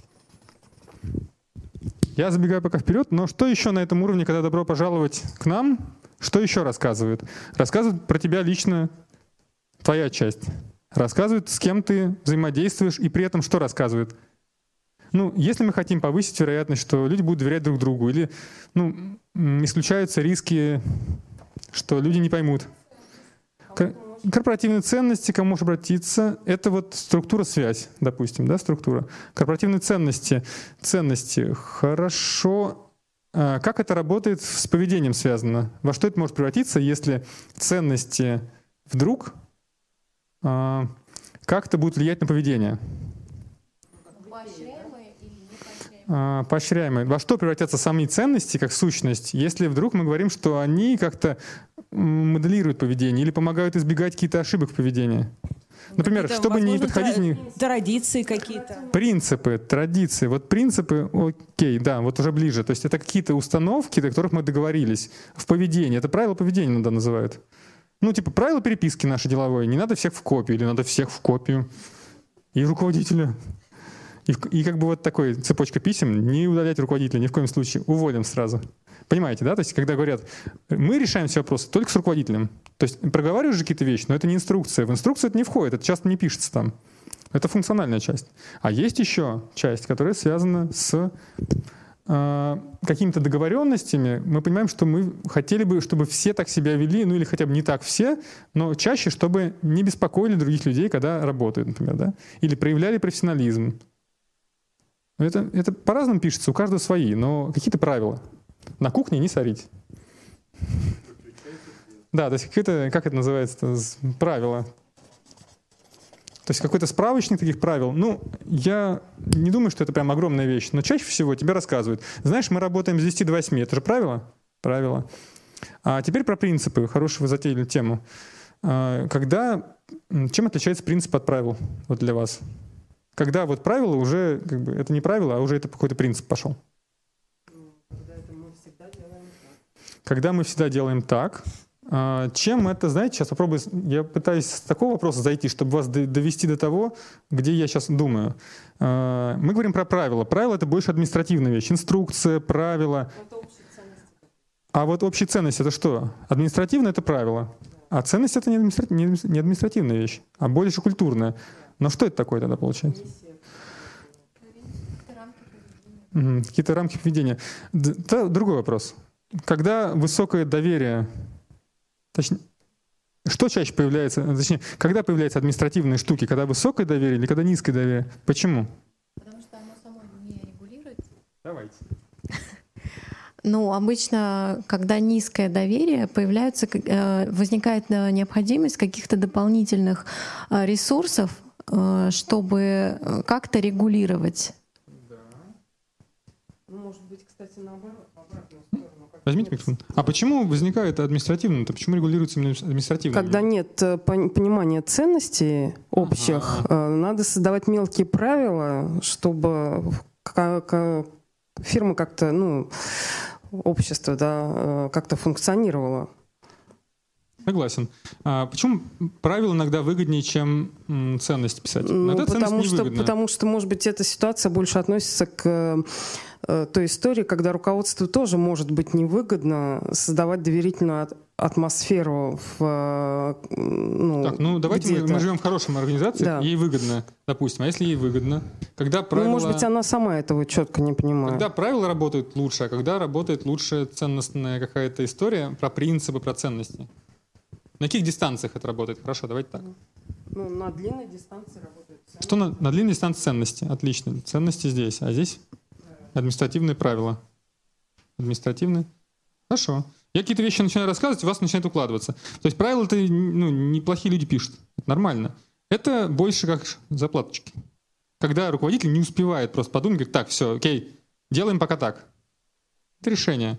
Я забегаю пока вперед, но что еще на этом уровне, когда добро пожаловать к нам, что еще рассказывают? Рассказывают про тебя лично твоя часть. Рассказывают, с кем ты взаимодействуешь, и при этом что рассказывают? Ну, если мы хотим повысить вероятность, что люди будут доверять друг другу, или ну, исключаются риски, что люди не поймут. Корпоративные ценности, кому можешь обратиться, это вот структура-связь, допустим, да, структура. Корпоративные ценности, ценности, хорошо. А как это работает с поведением связано? Во что это может превратиться, если ценности вдруг а, как-то будут влиять на поведение? Поощряемые или не поощряемые? А, поощряемые. Во что превратятся сами ценности как сущность, если вдруг мы говорим, что они как-то моделируют поведение или помогают избегать какие-то ошибок в поведении? Например, какие-то, чтобы возможно, не подходить... Не... Традиции какие-то. Принципы, традиции. Вот принципы, окей, да, вот уже ближе. То есть это какие-то установки, до которых мы договорились в поведении. Это правила поведения иногда называют. Ну, типа правила переписки нашей деловой. Не надо всех в копию, или надо всех в копию. И руководителя. И, и как бы вот такой цепочка писем. Не удалять руководителя ни в коем случае. Уволим сразу. Понимаете, да? То есть, когда говорят, мы решаем все вопросы только с руководителем. То есть, проговариваешь же какие-то вещи, но это не инструкция. В инструкцию это не входит, это часто не пишется там. Это функциональная часть. А есть еще часть, которая связана с э, какими-то договоренностями. Мы понимаем, что мы хотели бы, чтобы все так себя вели, ну или хотя бы не так все, но чаще, чтобы не беспокоили других людей, когда работают, например, да? Или проявляли профессионализм. Это, это по-разному пишется, у каждого свои, но какие-то правила. На кухне не сорить. Да, то есть какое-то, как это называется, правило. То есть какой-то справочник таких правил. Ну, я не думаю, что это прям огромная вещь, но чаще всего тебе рассказывают. Знаешь, мы работаем с десяти до восьми. Это же правило? Правило. А теперь про принципы. Хорошую вы затеяли тему. Когда, чем отличается принцип от правил вот для вас? Когда вот правило уже, как бы, это не правило, а уже это какой-то принцип пошел. Когда это мы всегда делаем так. Когда мы всегда делаем так. Чем это, знаете, сейчас попробую, я пытаюсь с такого вопроса зайти, чтобы вас довести до того, где я сейчас думаю. Мы говорим про правила. Правила — это больше административная вещь. Инструкция, правила. Это общие ценности. А вот общие ценности — это что? Административное — это правило. А ценность — это не административная, не административная вещь, а больше культурная. Но что это такое тогда получается? Угу, какие-то рамки поведения. Это другой вопрос. Когда высокое доверие... Точнее, что чаще появляется, точнее, когда появляются административные штуки, когда высокое доверие или когда низкое доверие? Почему? Потому что оно само не регулируется. Давайте. Ну, обычно, когда низкое доверие, появляется, возникает необходимость каких-то дополнительных ресурсов, чтобы как-то регулировать. Да. Ну, может быть, кстати, наоборот, в обратную сторону. Возьмите микрофон. А почему возникает административно? Почему регулируется именно административно? Когда нет понимания ценностей общих, ага. надо создавать мелкие правила, чтобы фирма как-то, ну, общество, да, как-то функционировало. Согласен. А почему правила иногда выгоднее, чем м, ценности писать? Иногда ну, потому, ценность что, невыгодна. потому что, может быть, эта ситуация больше относится к э, той истории, когда руководству тоже может быть невыгодно создавать доверительную атмосферу в э, ну, Так, ну давайте мы, мы живем в хорошей организации, да. Ей выгодно, допустим. А если ей выгодно? Когда правила... Ну, может быть, она сама этого четко не понимает. Когда правила работают лучше, а когда работает лучше ценностная какая-то история про принципы, про ценности? На каких дистанциях это работает? Хорошо, давайте так. Ну, на длинной дистанции работает ценности. Что на, на длинной дистанции ценности? Отлично. Ценности здесь. А здесь административные правила. Административные. Хорошо. Я какие-то вещи начинаю рассказывать, у вас начинает укладываться. То есть правила-то, ну, неплохие люди пишут. Это нормально. Это больше как заплаточки. Когда руководитель не успевает просто подумать, говорит, так, все, окей, делаем пока так. Это решение.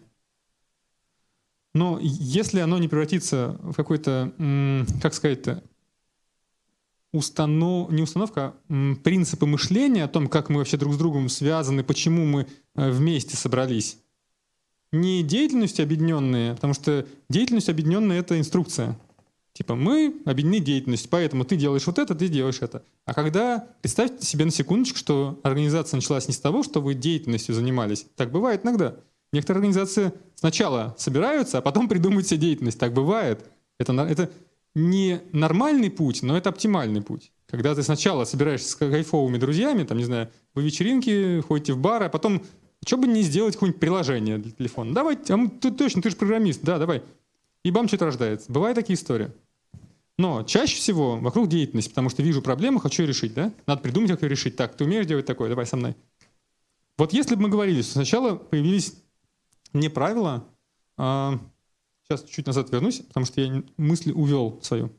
Но если оно не превратится в какой-то, как сказать-то, установ... не установка, а принципы мышления о том, как мы вообще друг с другом связаны, почему мы вместе собрались. Не деятельностью объединенные, потому что деятельность объединенная — это инструкция. Типа мы объединены деятельностью, поэтому ты делаешь вот это, ты делаешь это. А когда, представьте себе на секундочку, что организация началась не с того, что вы деятельностью занимались. Так бывает иногда. Некоторые организации сначала собираются, а потом придумывают себе деятельность. Так бывает. Это, это не нормальный путь, но это оптимальный путь. Когда ты сначала собираешься с кайфовыми друзьями, там, не знаю, вы вечеринки, ходите в бар, а потом, что бы не сделать какое-нибудь приложение для телефона? Давай, а ты точно, ты же программист, да, давай. И бам, что-то рождается. Бывают такие истории. Но чаще всего вокруг деятельности, потому что вижу проблему, хочу ее решить, да? Надо придумать, как ее решить. Так, ты умеешь делать такое? Давай со мной. Вот если бы мы говорили, что сначала появились не правила, а... сейчас чуть назад вернусь, потому что я мысль увел свою.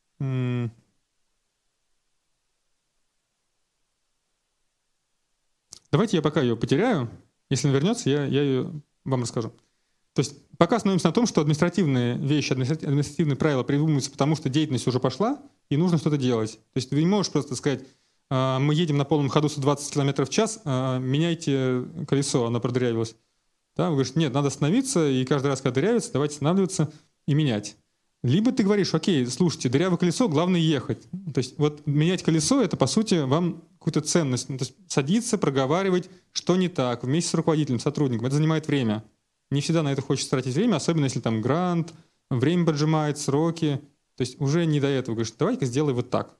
Давайте я пока ее потеряю. Если она вернется, я, я ее вам расскажу. То есть пока остановимся на том, что административные вещи, административные правила придумываются, потому что деятельность уже пошла, и нужно что-то делать. То есть ты не можешь просто сказать, мы едем на полном ходу сто двадцать километров в час, меняйте колесо, оно продырявилось. Да, вы говорите, нет, надо остановиться, и каждый раз, когда дырявится, давайте останавливаться и менять. Либо ты говоришь, окей, слушайте, дырявое колесо, главное ехать. То есть вот менять колесо — это, по сути, вам какую-то ценность. То есть садиться, проговаривать, что не так, вместе с руководителем, сотрудником. Это занимает время. Не всегда на это хочется тратить время, особенно если там грант, время поджимает, сроки. То есть уже не до этого. Говоришь, давай-ка сделай вот так.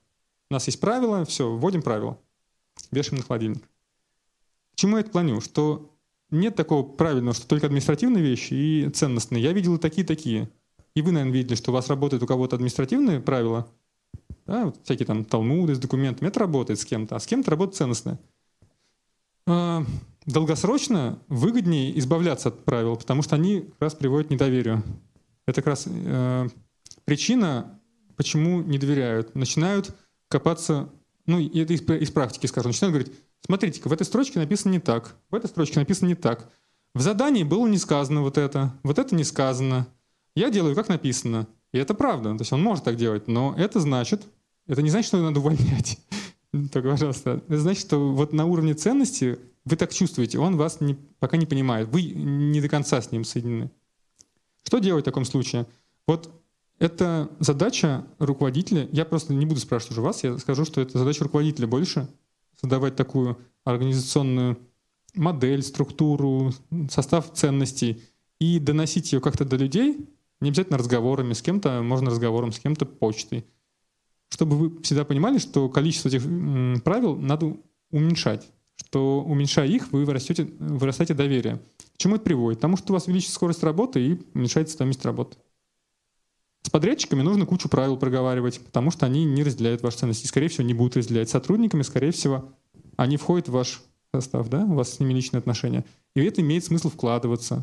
У нас есть правила, все, вводим правила, вешаем на холодильник. К чему я это клоню? Что нет такого правильного, что только административные вещи и ценностные. Я видел и такие-такие. И вы, наверное, видели, что у вас работают у кого-то административные правила, да, вот всякие там талмуды с документами. Это работает с кем-то, а с кем-то работает ценностное. А, долгосрочно выгоднее избавляться от правил, потому что они как раз приводят к недоверию. Это как раз э, причина, почему не доверяют. Начинают копаться, ну, это из, из практики, скажем, начинают говорить: смотрите-ка, в этой строчке написано не так, в этой строчке написано не так. В задании было не сказано вот это, вот это не сказано. Я делаю, как написано. И это правда. То есть он может так делать, но это значит, это не значит, что его надо увольнять. Так, пожалуйста. Это значит, что вот на уровне ценности вы так чувствуете, он вас не, пока не понимает. Вы не до конца с ним соединены. Что делать в таком случае? Вот это задача руководителя. Я просто не буду спрашивать уже вас, я скажу, что это задача руководителя больше создавать такую организационную модель, структуру, состав ценностей и доносить ее как-то до людей, не обязательно разговорами, с кем-то можно разговором, с кем-то почтой. Чтобы вы всегда понимали, что количество этих правил надо уменьшать, что уменьшая их, вы вырастете, вырастаете доверие. К чему это приводит? Потому что у вас увеличится скорость работы и уменьшается стоимость работы. С подрядчиками нужно кучу правил проговаривать, потому что они не разделяют ваши ценности. И, скорее всего, не будут разделять. С сотрудниками, скорее всего, они входят в ваш состав, да? У вас с ними личные отношения. И это имеет смысл вкладываться.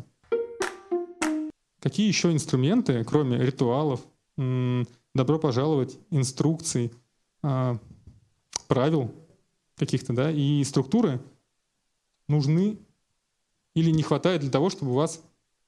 Какие еще инструменты, кроме ритуалов, добро пожаловать, инструкций, правил каких-то, да, и структуры нужны или не хватает для того, чтобы у вас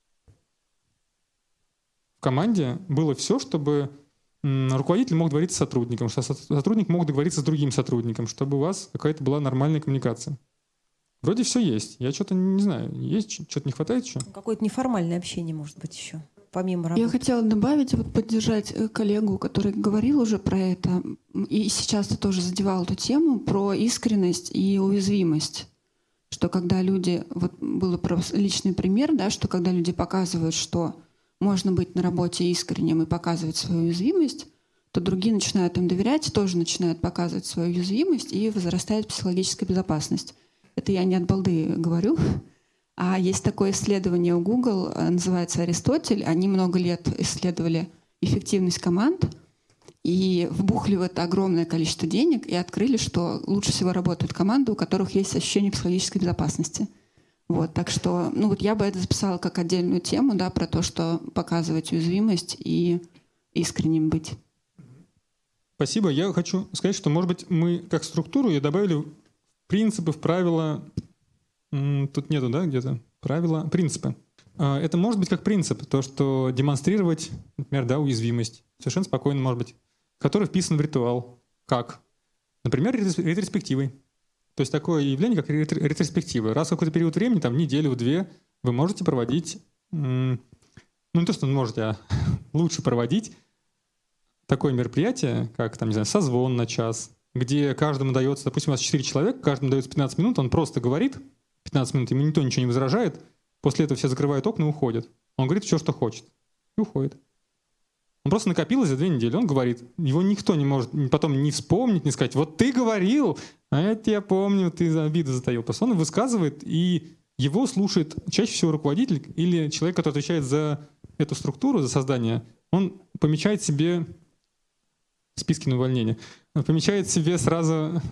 в команде было все, чтобы руководитель мог договориться с сотрудником, что сотрудник мог договориться с другим сотрудником, чтобы у вас какая-то была нормальная коммуникация. Вроде все есть. Я что-то не знаю. Есть что-то не хватает еще? Какое-то неформальное общение, может быть, еще, помимо работы. Я хотела добавить, вот поддержать коллегу, который говорил уже про это, и сейчас ты тоже задевал эту тему, про искренность и уязвимость. Что когда люди, вот был личный пример, да, что когда люди показывают, что можно быть на работе искренним и показывать свою уязвимость, то другие начинают им доверять, тоже начинают показывать свою уязвимость, и возрастает психологическая безопасность. Это я не от балды говорю. А есть такое исследование у Google, называется «Аристотель». Они много лет исследовали эффективность команд и вбухли в это огромное количество денег и открыли, что лучше всего работают команды, у которых есть ощущение психологической безопасности. Вот, так что, ну вот я бы это записала как отдельную тему, да, про то, что показывать уязвимость и искренним быть. Спасибо. Я хочу сказать, что, может быть, мы как структуру ее добавили в принципы, в правила. Тут нету, да, где-то правила, принципы. Это может быть как принцип, то, что демонстрировать, например, да, уязвимость, совершенно спокойно, может быть, который вписан в ритуал. Как? Например, ретроспективой. То есть такое явление, как ретроспектива. Раз в какой-то период времени, там неделю, две, вы можете проводить, ну не то, что можете, а лучше проводить такое мероприятие, как, там, не знаю, созвон на час, где каждому дается, допустим, у вас четыре человека, каждому дается пятнадцать минут, он просто говорит пятнадцать минут, ему никто ничего не возражает, после этого все закрывают окна и уходят. Он говорит все, что хочет, и уходит. Он просто накопилось за две недели, он говорит. Его никто не может потом не вспомнить, не сказать: вот ты говорил, а это я помню, ты обиду затаил. Просто он высказывает, и его слушает чаще всего руководитель или человек, который отвечает за эту структуру, за создание. Он помечает себе списки на увольнение, он помечает себе сразу,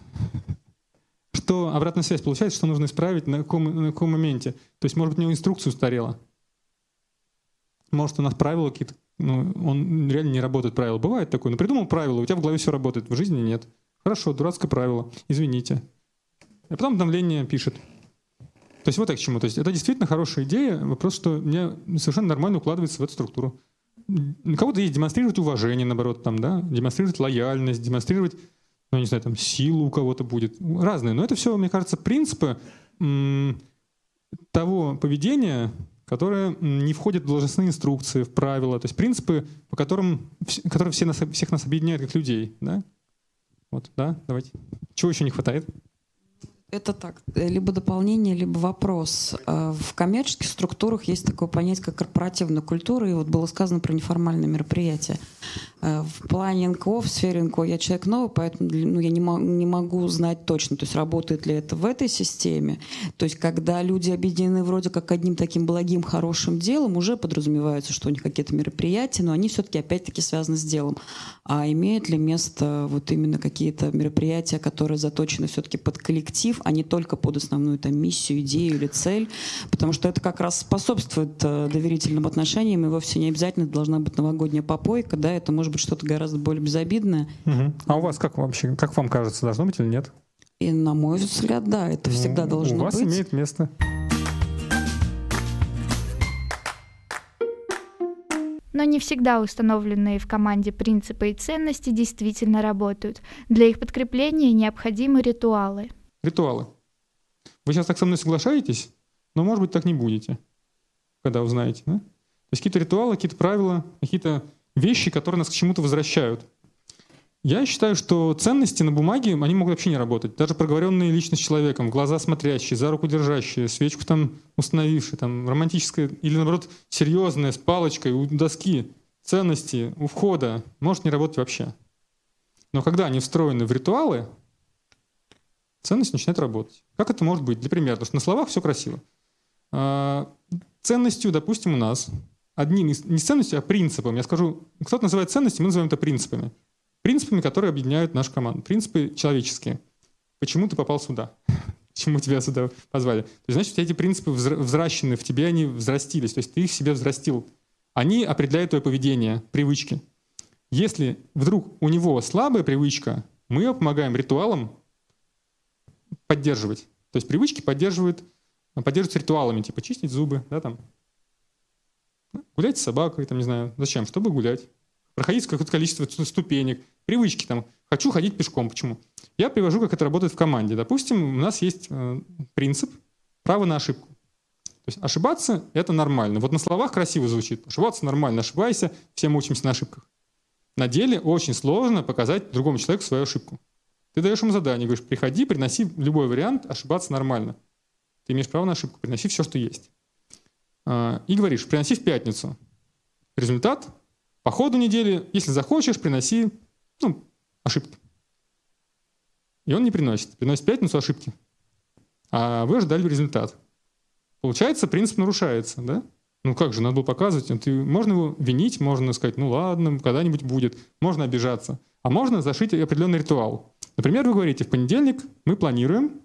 что обратная связь получается, что нужно исправить, на каком, на каком моменте. То есть, может быть, у него инструкция устарела. Может, у нас правила какие-то, ну, он реально не работает, правила. Бывает такое. Ну, придумал правила, у тебя в голове все работает, в жизни нет. Хорошо, дурацкое правило, извините. А потом обновление пишет. То есть вот так к чему. То есть это действительно хорошая идея. Вопрос, что мне совершенно нормально укладывается в эту структуру. У кого-то есть демонстрировать уважение, наоборот, там, да, демонстрировать лояльность, демонстрировать, ну, не знаю, там, силу у кого-то будет. Разные. Но это все, мне кажется, принципы м- того поведения, которое не входит в должностные инструкции, в правила. То есть принципы, по которым, которые все нас, всех нас объединяют как людей. Да? Вот, да, давайте. Чего еще не хватает? Это так, либо дополнение, либо вопрос. В коммерческих структурах есть такое понятие, как корпоративная культура, и вот было сказано про неформальные мероприятия. В плане эн ка о, в сфере эн ка о я человек новый, поэтому ну, я не, мо- не могу знать точно, то есть работает ли это в этой системе. То есть когда люди объединены вроде как одним таким благим, хорошим делом, уже подразумевается, что у них какие-то мероприятия, но они все-таки опять-таки связаны с делом. А имеют ли место вот именно какие-то мероприятия, которые заточены все-таки под коллектив, а не только под основную там, миссию, идею или цель? Потому что это как раз способствует э, доверительным отношениям, и вовсе не обязательно должна быть новогодняя попойка, да, это может быть что-то гораздо более безобидное. Угу. А у вас как вообще, как вам кажется, должно быть или нет? И на мой взгляд, да, это всегда ну, должно быть. У вас быть. имеет место. Но не всегда установленные в команде принципы и ценности действительно работают. Для их подкрепления необходимы ритуалы. Ритуалы. Вы сейчас так со мной соглашаетесь, но, может быть, так не будете, когда узнаете. Да? То есть какие-то ритуалы, какие-то правила, какие-то вещи, которые нас к чему-то возвращают. Я считаю, что ценности на бумаге, они могут вообще не работать. Даже проговоренные лично с человеком, в глаза смотрящие, за руку держащие, свечку там установившие, там романтическое или, наоборот, серьезное, с палочкой у доски, ценности у входа, может не работать вообще. Но когда они встроены в ритуалы, ценность начинает работать. Как это может быть? Для примера, потому что на словах все красиво. А, ценностью, допустим, у нас, одним из, не ценностью, а принципом, я скажу, кто-то называет ценностью, мы называем это принципами. Принципами, которые объединяют нашу команду. Принципы человеческие. Почему ты попал сюда? Почему тебя сюда позвали? То есть, значит, эти принципы взращены в тебе, они взрастились. То есть ты их в себе взрастил. Они определяют твое поведение, привычки. Если вдруг у него слабая привычка, мы его помогаем ритуалом поддерживать. То есть привычки поддерживают, поддерживаются ритуалами, типа чистить зубы, да, там, гулять с собакой, там, не знаю, зачем, чтобы гулять. Проходить какое-то количество ступенек, привычки там. Хочу ходить пешком. Почему? Я привожу, как это работает в команде. Допустим, у нас есть э, принцип права на ошибку. То есть ошибаться — это нормально. Вот на словах красиво звучит. Ошибаться нормально, ошибайся, все мы учимся на ошибках. На деле очень сложно показать другому человеку свою ошибку. Ты даешь ему задание, говоришь, приходи, приноси любой вариант, ошибаться нормально. Ты имеешь право на ошибку, приноси все, что есть. Э, и говоришь, приноси в пятницу. Результат — по ходу недели, если захочешь, приноси ну, ошибки. И он не приносит. Приносит в пятницу ошибки. А вы ожидали результат. Получается, принцип нарушается, да? Ну как же, надо было показывать. Ты, можно его винить, можно сказать, ну ладно, когда-нибудь будет. Можно обижаться. А можно зашить определенный ритуал. Например, вы говорите, в понедельник мы планируем,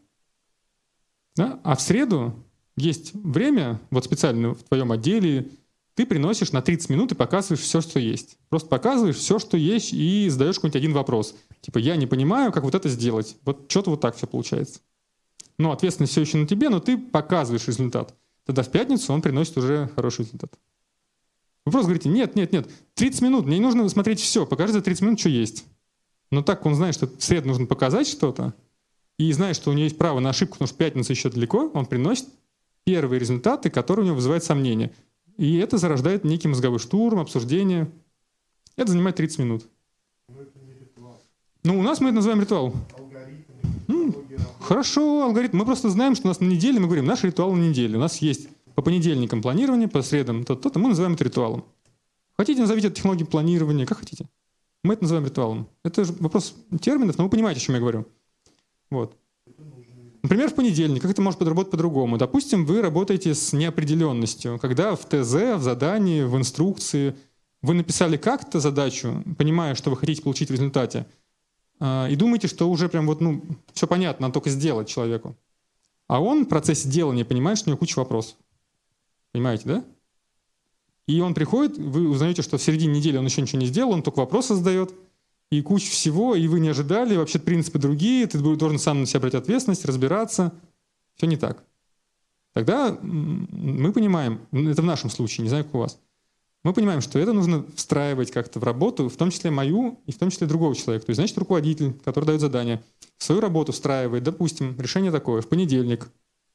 да? А в среду есть время, вот специально в твоем отделе, ты приносишь на тридцать минут и показываешь все, что есть. Просто показываешь все, что есть, и задаешь какой-нибудь один вопрос. Типа, я не понимаю, как вот это сделать. Вот что-то вот так все получается. Ну, ответственность все еще на тебе, но ты показываешь результат. Тогда в пятницу он приносит уже хороший результат. Вы просто говорите, нет, нет, нет, тридцать минут, мне не нужно смотреть все, покажи за тридцать минут, что есть. Но так как он знает, что в среду нужно показать что-то, и знает, что у него есть право на ошибку, потому что пятница еще далеко, он приносит первые результаты, которые у него вызывают сомнения. И это зарождает некий мозговой штурм, обсуждение. Это занимает тридцать минут. Но это не ритуал. Ну, у нас мы это называем ритуал. Алгоритм. Хорошо, алгоритм. Мы просто знаем, что у нас на неделе, мы говорим, наш ритуал на неделе. У нас есть по понедельникам планирование, по средам то-то, то-то. Мы называем это ритуалом. Хотите, назовите это технологией планирования, как хотите. Мы это называем ритуалом. Это же вопрос терминов, но вы понимаете, о чем я говорю. Вот. Например, в понедельник. Как это может подработать по-другому? Допустим, вы работаете с неопределенностью. Когда в ТЗ, в задании, в инструкции вы написали как-то задачу, понимая, что вы хотите получить в результате, и думаете, что уже прям вот, ну, все понятно, надо только сделать человеку. А он в процессе делания понимает, что у него куча вопросов. Понимаете, да? И он приходит, вы узнаете, что в середине недели он еще ничего не сделал, он только вопросы задает, и куча всего, и вы не ожидали, вообще принципы другие, ты должен сам на себя брать ответственность, разбираться. Все не так. Тогда мы понимаем, это в нашем случае, не знаю, как у вас, мы понимаем, что это нужно встраивать как-то в работу, в том числе мою и в том числе другого человека. То есть, значит, руководитель, который дает задание, в свою работу встраивает, допустим, решение такое, в понедельник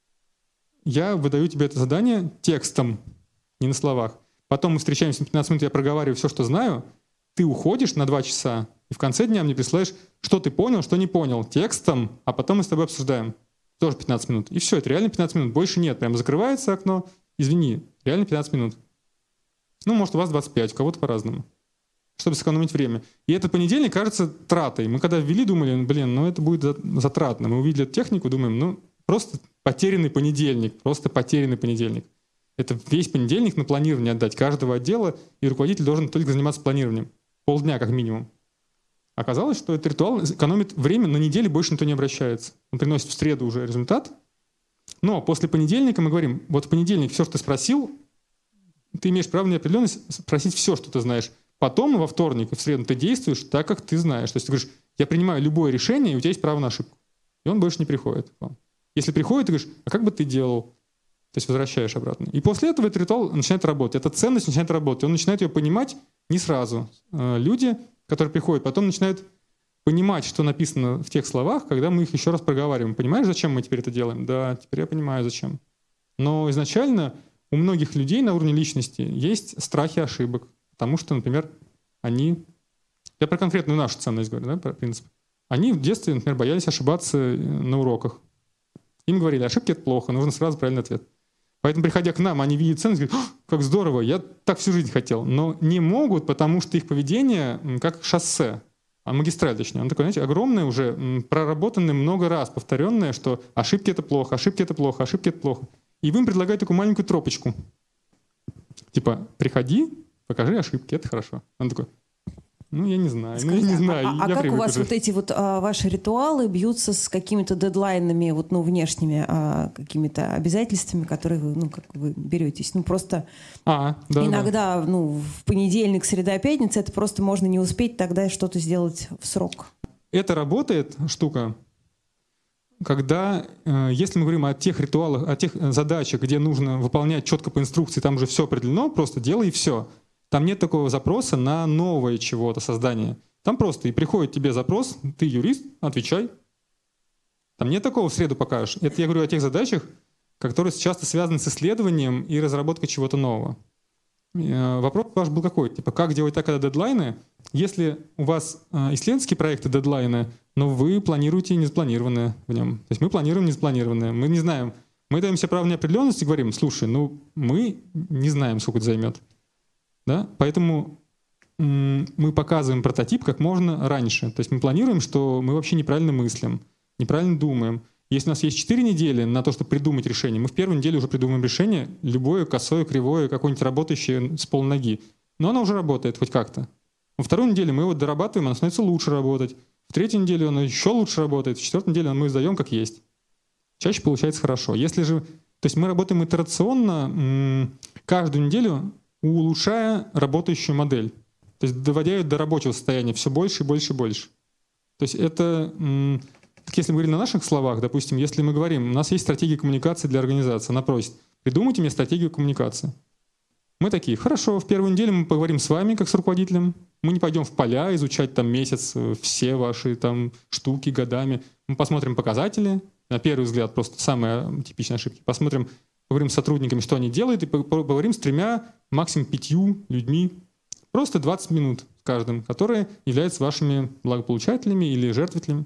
я выдаю тебе это задание текстом, не на словах. Потом мы встречаемся на пятнадцать минут, я проговариваю все, что знаю, ты уходишь на два часа, и в конце дня мне присылаешь, что ты понял, что не понял, текстом, а потом мы с тобой обсуждаем. Тоже пятнадцать минут. И все, это реально пятнадцать минут. Больше нет. Прямо закрывается окно. Извини, реально пятнадцать минут. Ну, может, у вас двадцать пять, у кого-то по-разному. чтобы сэкономить время. И этот понедельник кажется тратой. Мы когда ввели, думали, блин, ну это будет затратно. Мы увидели эту технику, думаем, ну просто потерянный понедельник, просто потерянный понедельник. Это весь понедельник на планирование отдать каждого отдела, и руководитель должен только заниматься планированием. Полдня как минимум. Оказалось, что этот ритуал экономит время, на неделе больше никто не обращается. Он приносит в среду уже результат. Но после понедельника мы говорим, вот в понедельник все, что ты спросил, ты имеешь право на неопределенность спросить все, что ты знаешь. Потом во вторник и в среду ты действуешь так, как ты знаешь. То есть ты говоришь, я принимаю любое решение, и у тебя есть право на ошибку. И он больше не приходит к вам. Если приходит, ты говоришь, а как бы ты делал? То есть возвращаешь обратно. И после этого этот ритуал начинает работать. Эта ценность начинает работать. Он начинает ее понимать не сразу. Люди, которые приходят, потом начинают понимать, что написано в тех словах, когда мы их еще раз проговариваем. Понимаешь, зачем мы теперь это делаем? Да, теперь я понимаю, зачем. Но изначально у многих людей на уровне личности есть страхи ошибок. Потому что, например, они... Я про конкретную нашу ценность говорю, да, про принцип. Они в детстве, например, боялись ошибаться на уроках. Им говорили, ошибки — это плохо, нужно сразу правильный ответ. Поэтому, приходя к нам, они видят ценность и говорят, как здорово, я так всю жизнь хотел. Но не могут, потому что их поведение как шоссе, а магистраль, точнее. Оно такое, знаете, огромное уже, проработанное много раз, повторенное, что ошибки — это плохо, ошибки — это плохо, ошибки — это плохо. И вы им предлагаете такую маленькую тропочку. Типа, приходи, покажи ошибки, это хорошо. Он такой, ну, я не знаю, Скажите, ну, я не знаю. А, а я как у вас уже. вот эти вот а, ваши ритуалы бьются с какими-то дедлайнами, вот, ну, внешними а, какими-то обязательствами, которые вы, ну, как вы беретесь? Ну, просто а, да, иногда, да. ну, в понедельник, среда, пятница, это просто можно не успеть тогда что-то сделать в срок. Это работает, штука, когда, э, если мы говорим о тех ритуалах, о тех задачах, где нужно выполнять четко по инструкции, там уже все определено, просто делай и все. Там нет такого запроса на новое чего-то создание. Там просто и приходит тебе запрос, ты юрист, отвечай. Там нет такого в среду покажешь. Это я говорю о тех задачах, которые часто связаны с исследованием и разработкой чего-то нового. Вопрос ваш был какой? Типа, как делать так, когда дедлайны? Если у вас исследовательские проекты дедлайны, но вы планируете незапланированное в нем. То есть мы планируем незапланированное. Мы не знаем. Мы даем себе право неопределенности и говорим, слушай, ну мы не знаем, сколько это займет. Да? Поэтому м- мы показываем прототип как можно раньше. То есть мы планируем, что мы вообще неправильно мыслим, неправильно думаем. Если у нас есть четыре недели на то, чтобы придумать решение, мы в первой неделе уже придумаем решение, любое, косое, кривое, какое-нибудь работающее с полноги. Но оно уже работает хоть как-то. Во второй неделе мы его дорабатываем, оно становится лучше работать. В третьей неделе оно еще лучше работает. В четвертой неделе мы сдаем как есть. Чаще получается хорошо. Если же... То есть мы работаем итерационно м- каждую неделю, улучшая работающую модель. То есть доводя ее до рабочего состояния все больше и больше и больше. То есть это, если мы говорим на наших словах, допустим, если мы говорим, у нас есть стратегия коммуникации для организации, она просит, придумайте мне стратегию коммуникации. Мы такие, хорошо, в первую неделю мы поговорим с вами, как с руководителем, мы не пойдем в поля изучать там месяц все ваши там штуки годами, мы посмотрим показатели, на первый взгляд просто самые типичные ошибки, посмотрим, поговорим с сотрудниками, что они делают, и поговорим с тремя, максимум пятью людьми. Просто двадцать минут с каждым, которые являются вашими благополучателями или жертвователями.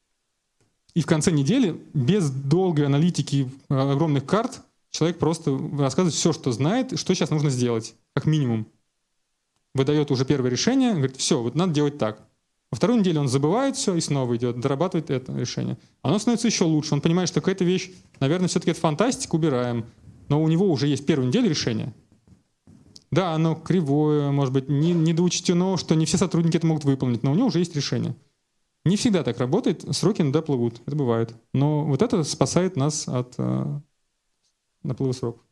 И в конце недели, без долгой аналитики огромных карт, человек просто рассказывает все, что знает, что сейчас нужно сделать, как минимум. Выдает уже первое решение, говорит, все, вот надо делать так. Во второй неделе он забывает все и снова идет, дорабатывает это решение. Оно становится еще лучше. Он понимает, что какая-то вещь, наверное, все-таки это фантастика, убираем. Но у него уже есть первая неделя решения. Да, оно кривое, может быть, не, недоучтено, что не все сотрудники это могут выполнить, но у него уже есть решение. Не всегда так работает, сроки иногда плывут, это бывает. Но вот это спасает нас от э, наплыва сроков.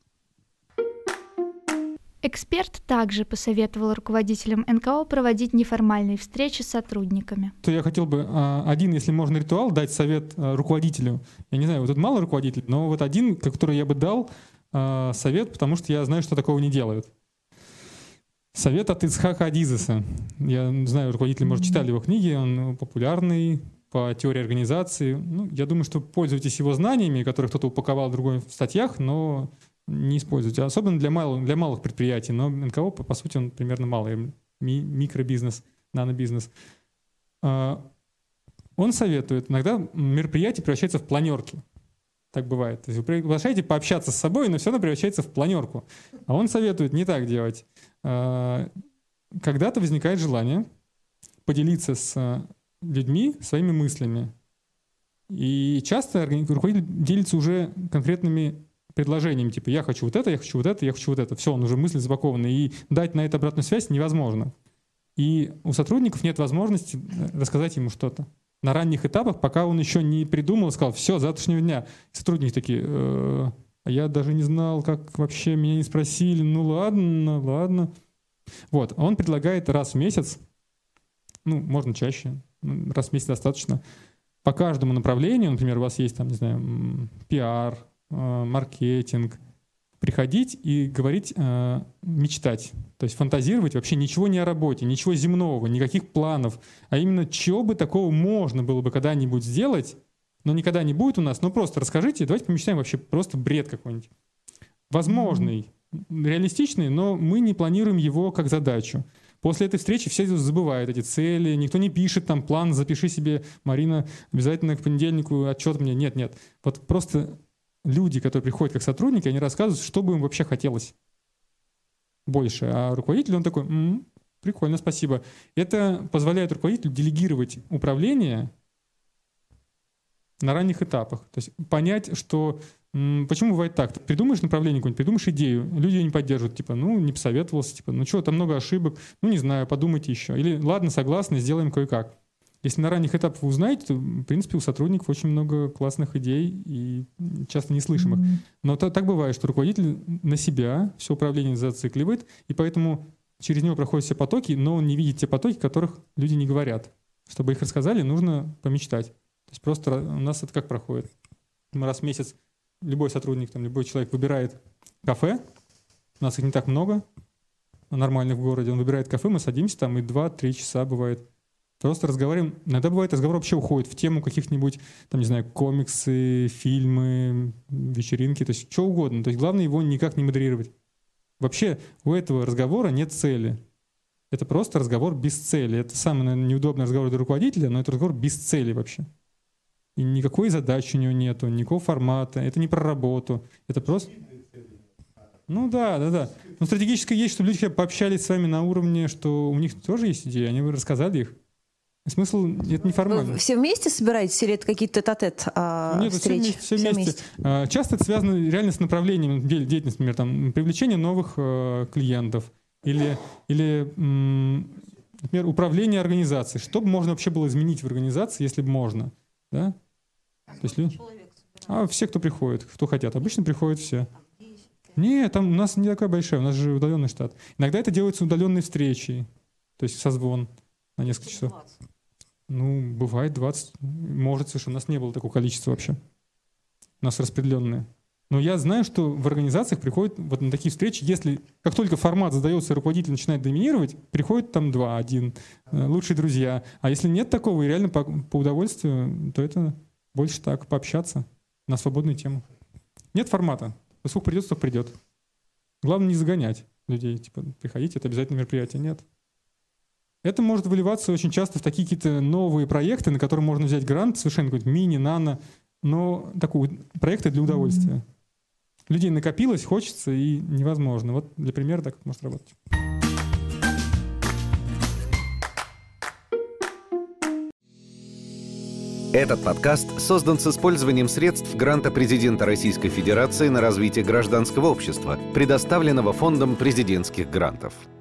Эксперт также посоветовал руководителям эн ка о проводить неформальные встречи с сотрудниками. То я хотел бы один, если можно, ритуал дать совет руководителю. Я не знаю, вот тут мало руководителей, но вот один, который я бы дал совет, потому что я знаю, что такого не делают. Совет от Ицхака Адизеса. Я знаю, руководители, может, читали его книги, он популярный по теории организации. Ну, я думаю, что пользуйтесь его знаниями, которые кто-то упаковал в другой в статьях, но не используйте. Особенно для малых, для малых предприятий. Но эн ка о, по, по сути, он примерно малый. Ми, микробизнес, нанобизнес. Он советует, иногда мероприятие превращается в планерки. Так бывает. То есть вы приглашаете пообщаться с собой, но все равно превращается в планерку. А он советует не так делать. когда-то возникает желание поделиться с людьми своими мыслями. И часто руководитель делится уже конкретными предложениями, типа «я хочу вот это, я хочу вот это, я хочу вот это». Все, он уже мысли запакованы, и дать на это обратную связь невозможно. И у сотрудников нет возможности рассказать ему что-то. На ранних этапах, пока он еще не придумал, сказал «все, с завтрашнего дня». Сотрудники такие э, «а я даже не знал, как вообще, меня не спросили, ну ладно, ладно». Вот, он предлагает раз в месяц, ну, можно чаще, раз в месяц достаточно, по каждому направлению, например, у вас есть там, не знаю, пиар, маркетинг, приходить и говорить, мечтать, то есть фантазировать вообще ничего не о работе, ничего земного, никаких планов, а именно чего бы такого можно было бы когда-нибудь сделать, но никогда не будет у нас, ну просто расскажите, давайте помечтаем вообще просто бред какой-нибудь. Возможный, реалистичный, но мы не планируем его как задачу. После этой встречи все забывают эти цели, никто не пишет там план, запиши себе, Марина, обязательно к понедельнику отчет мне. Нет, нет. Вот просто люди, которые приходят как сотрудники, они рассказывают, что бы им вообще хотелось больше. А руководитель, он такой, м-м, прикольно, спасибо. Это позволяет руководителю делегировать управление на ранних этапах. То есть понять, что почему бывает так? Ты придумаешь направление какое-нибудь, придумаешь идею, люди ее не поддерживают, типа, ну, не посоветовался, типа, ну что, там много ошибок, ну, не знаю, подумайте еще. Или, ладно, согласны, сделаем кое-как. Если на ранних этапах вы узнаете, то, в принципе, у сотрудников очень много классных идей и часто неслышимых. Mm-hmm. Но то, так бывает, что руководитель на себя все управление зацикливает, и поэтому через него проходят все потоки, но он не видит те потоки, которых люди не говорят. Чтобы их рассказали, нужно помечтать. То есть просто у нас это как проходит? Мы раз в месяц любой сотрудник, там, любой человек выбирает кафе, у нас их не так много, нормальных в городе, он выбирает кафе, мы садимся там и два-три часа бывает. Просто разговариваем. Иногда бывает, разговор вообще уходит в тему каких-нибудь, там, не знаю, комиксы, фильмы, вечеринки, то есть что угодно. То есть главное его никак не модерировать. Вообще у этого разговора нет цели. Это просто разговор без цели. Это самый, наверное, неудобный разговор для руководителя, но это разговор без цели вообще. И никакой задачи у него нету, никакого формата. Это не про работу. Это просто... Ну да, да, да. Но стратегическое есть, чтобы люди пообщались с вами на уровне, что у них тоже есть идеи, они бы рассказали их. Смысл, это неформально. Вы все вместе собираетесь или это какие-то тет-а-тет а, Нет, встречи? Все вместе. Все все вместе. вместе. Часто это связано реально с направлением деятельности, например, там, привлечение новых э, клиентов или, или м, например, управление организацией. Что бы можно вообще было изменить в организации, если бы можно? Да? То есть, люди... А все, кто приходит, кто хотят. Обычно приходят все. Нет, там у нас не такая большая, у нас же удаленный штат. Иногда это делается удаленной встречей, то есть созвон на несколько часов. Ну, бывает двадцать, может совершенно. У нас не было такого количества вообще. У нас распределенные. Но я знаю, что в организациях приходят вот на такие встречи, если как только формат задается, руководитель начинает доминировать, приходит там два, один, лучшие друзья. А если нет такого и реально по, по удовольствию, то это больше так, пообщаться на свободную тему. Нет формата. Сколько придет, столько придет. Главное не загонять людей. Типа, приходите, это обязательно мероприятие. Нет. Это может выливаться очень часто в такие какие-то новые проекты, на которые можно взять грант, совершенно какой-то мини, нано, но такой проекты для удовольствия. Mm-hmm. Людей накопилось, хочется и невозможно. Вот для примера так может работать. Этот подкаст создан с использованием средств гранта президента Российской Федерации на развитие гражданского общества, предоставленного Фондом президентских грантов.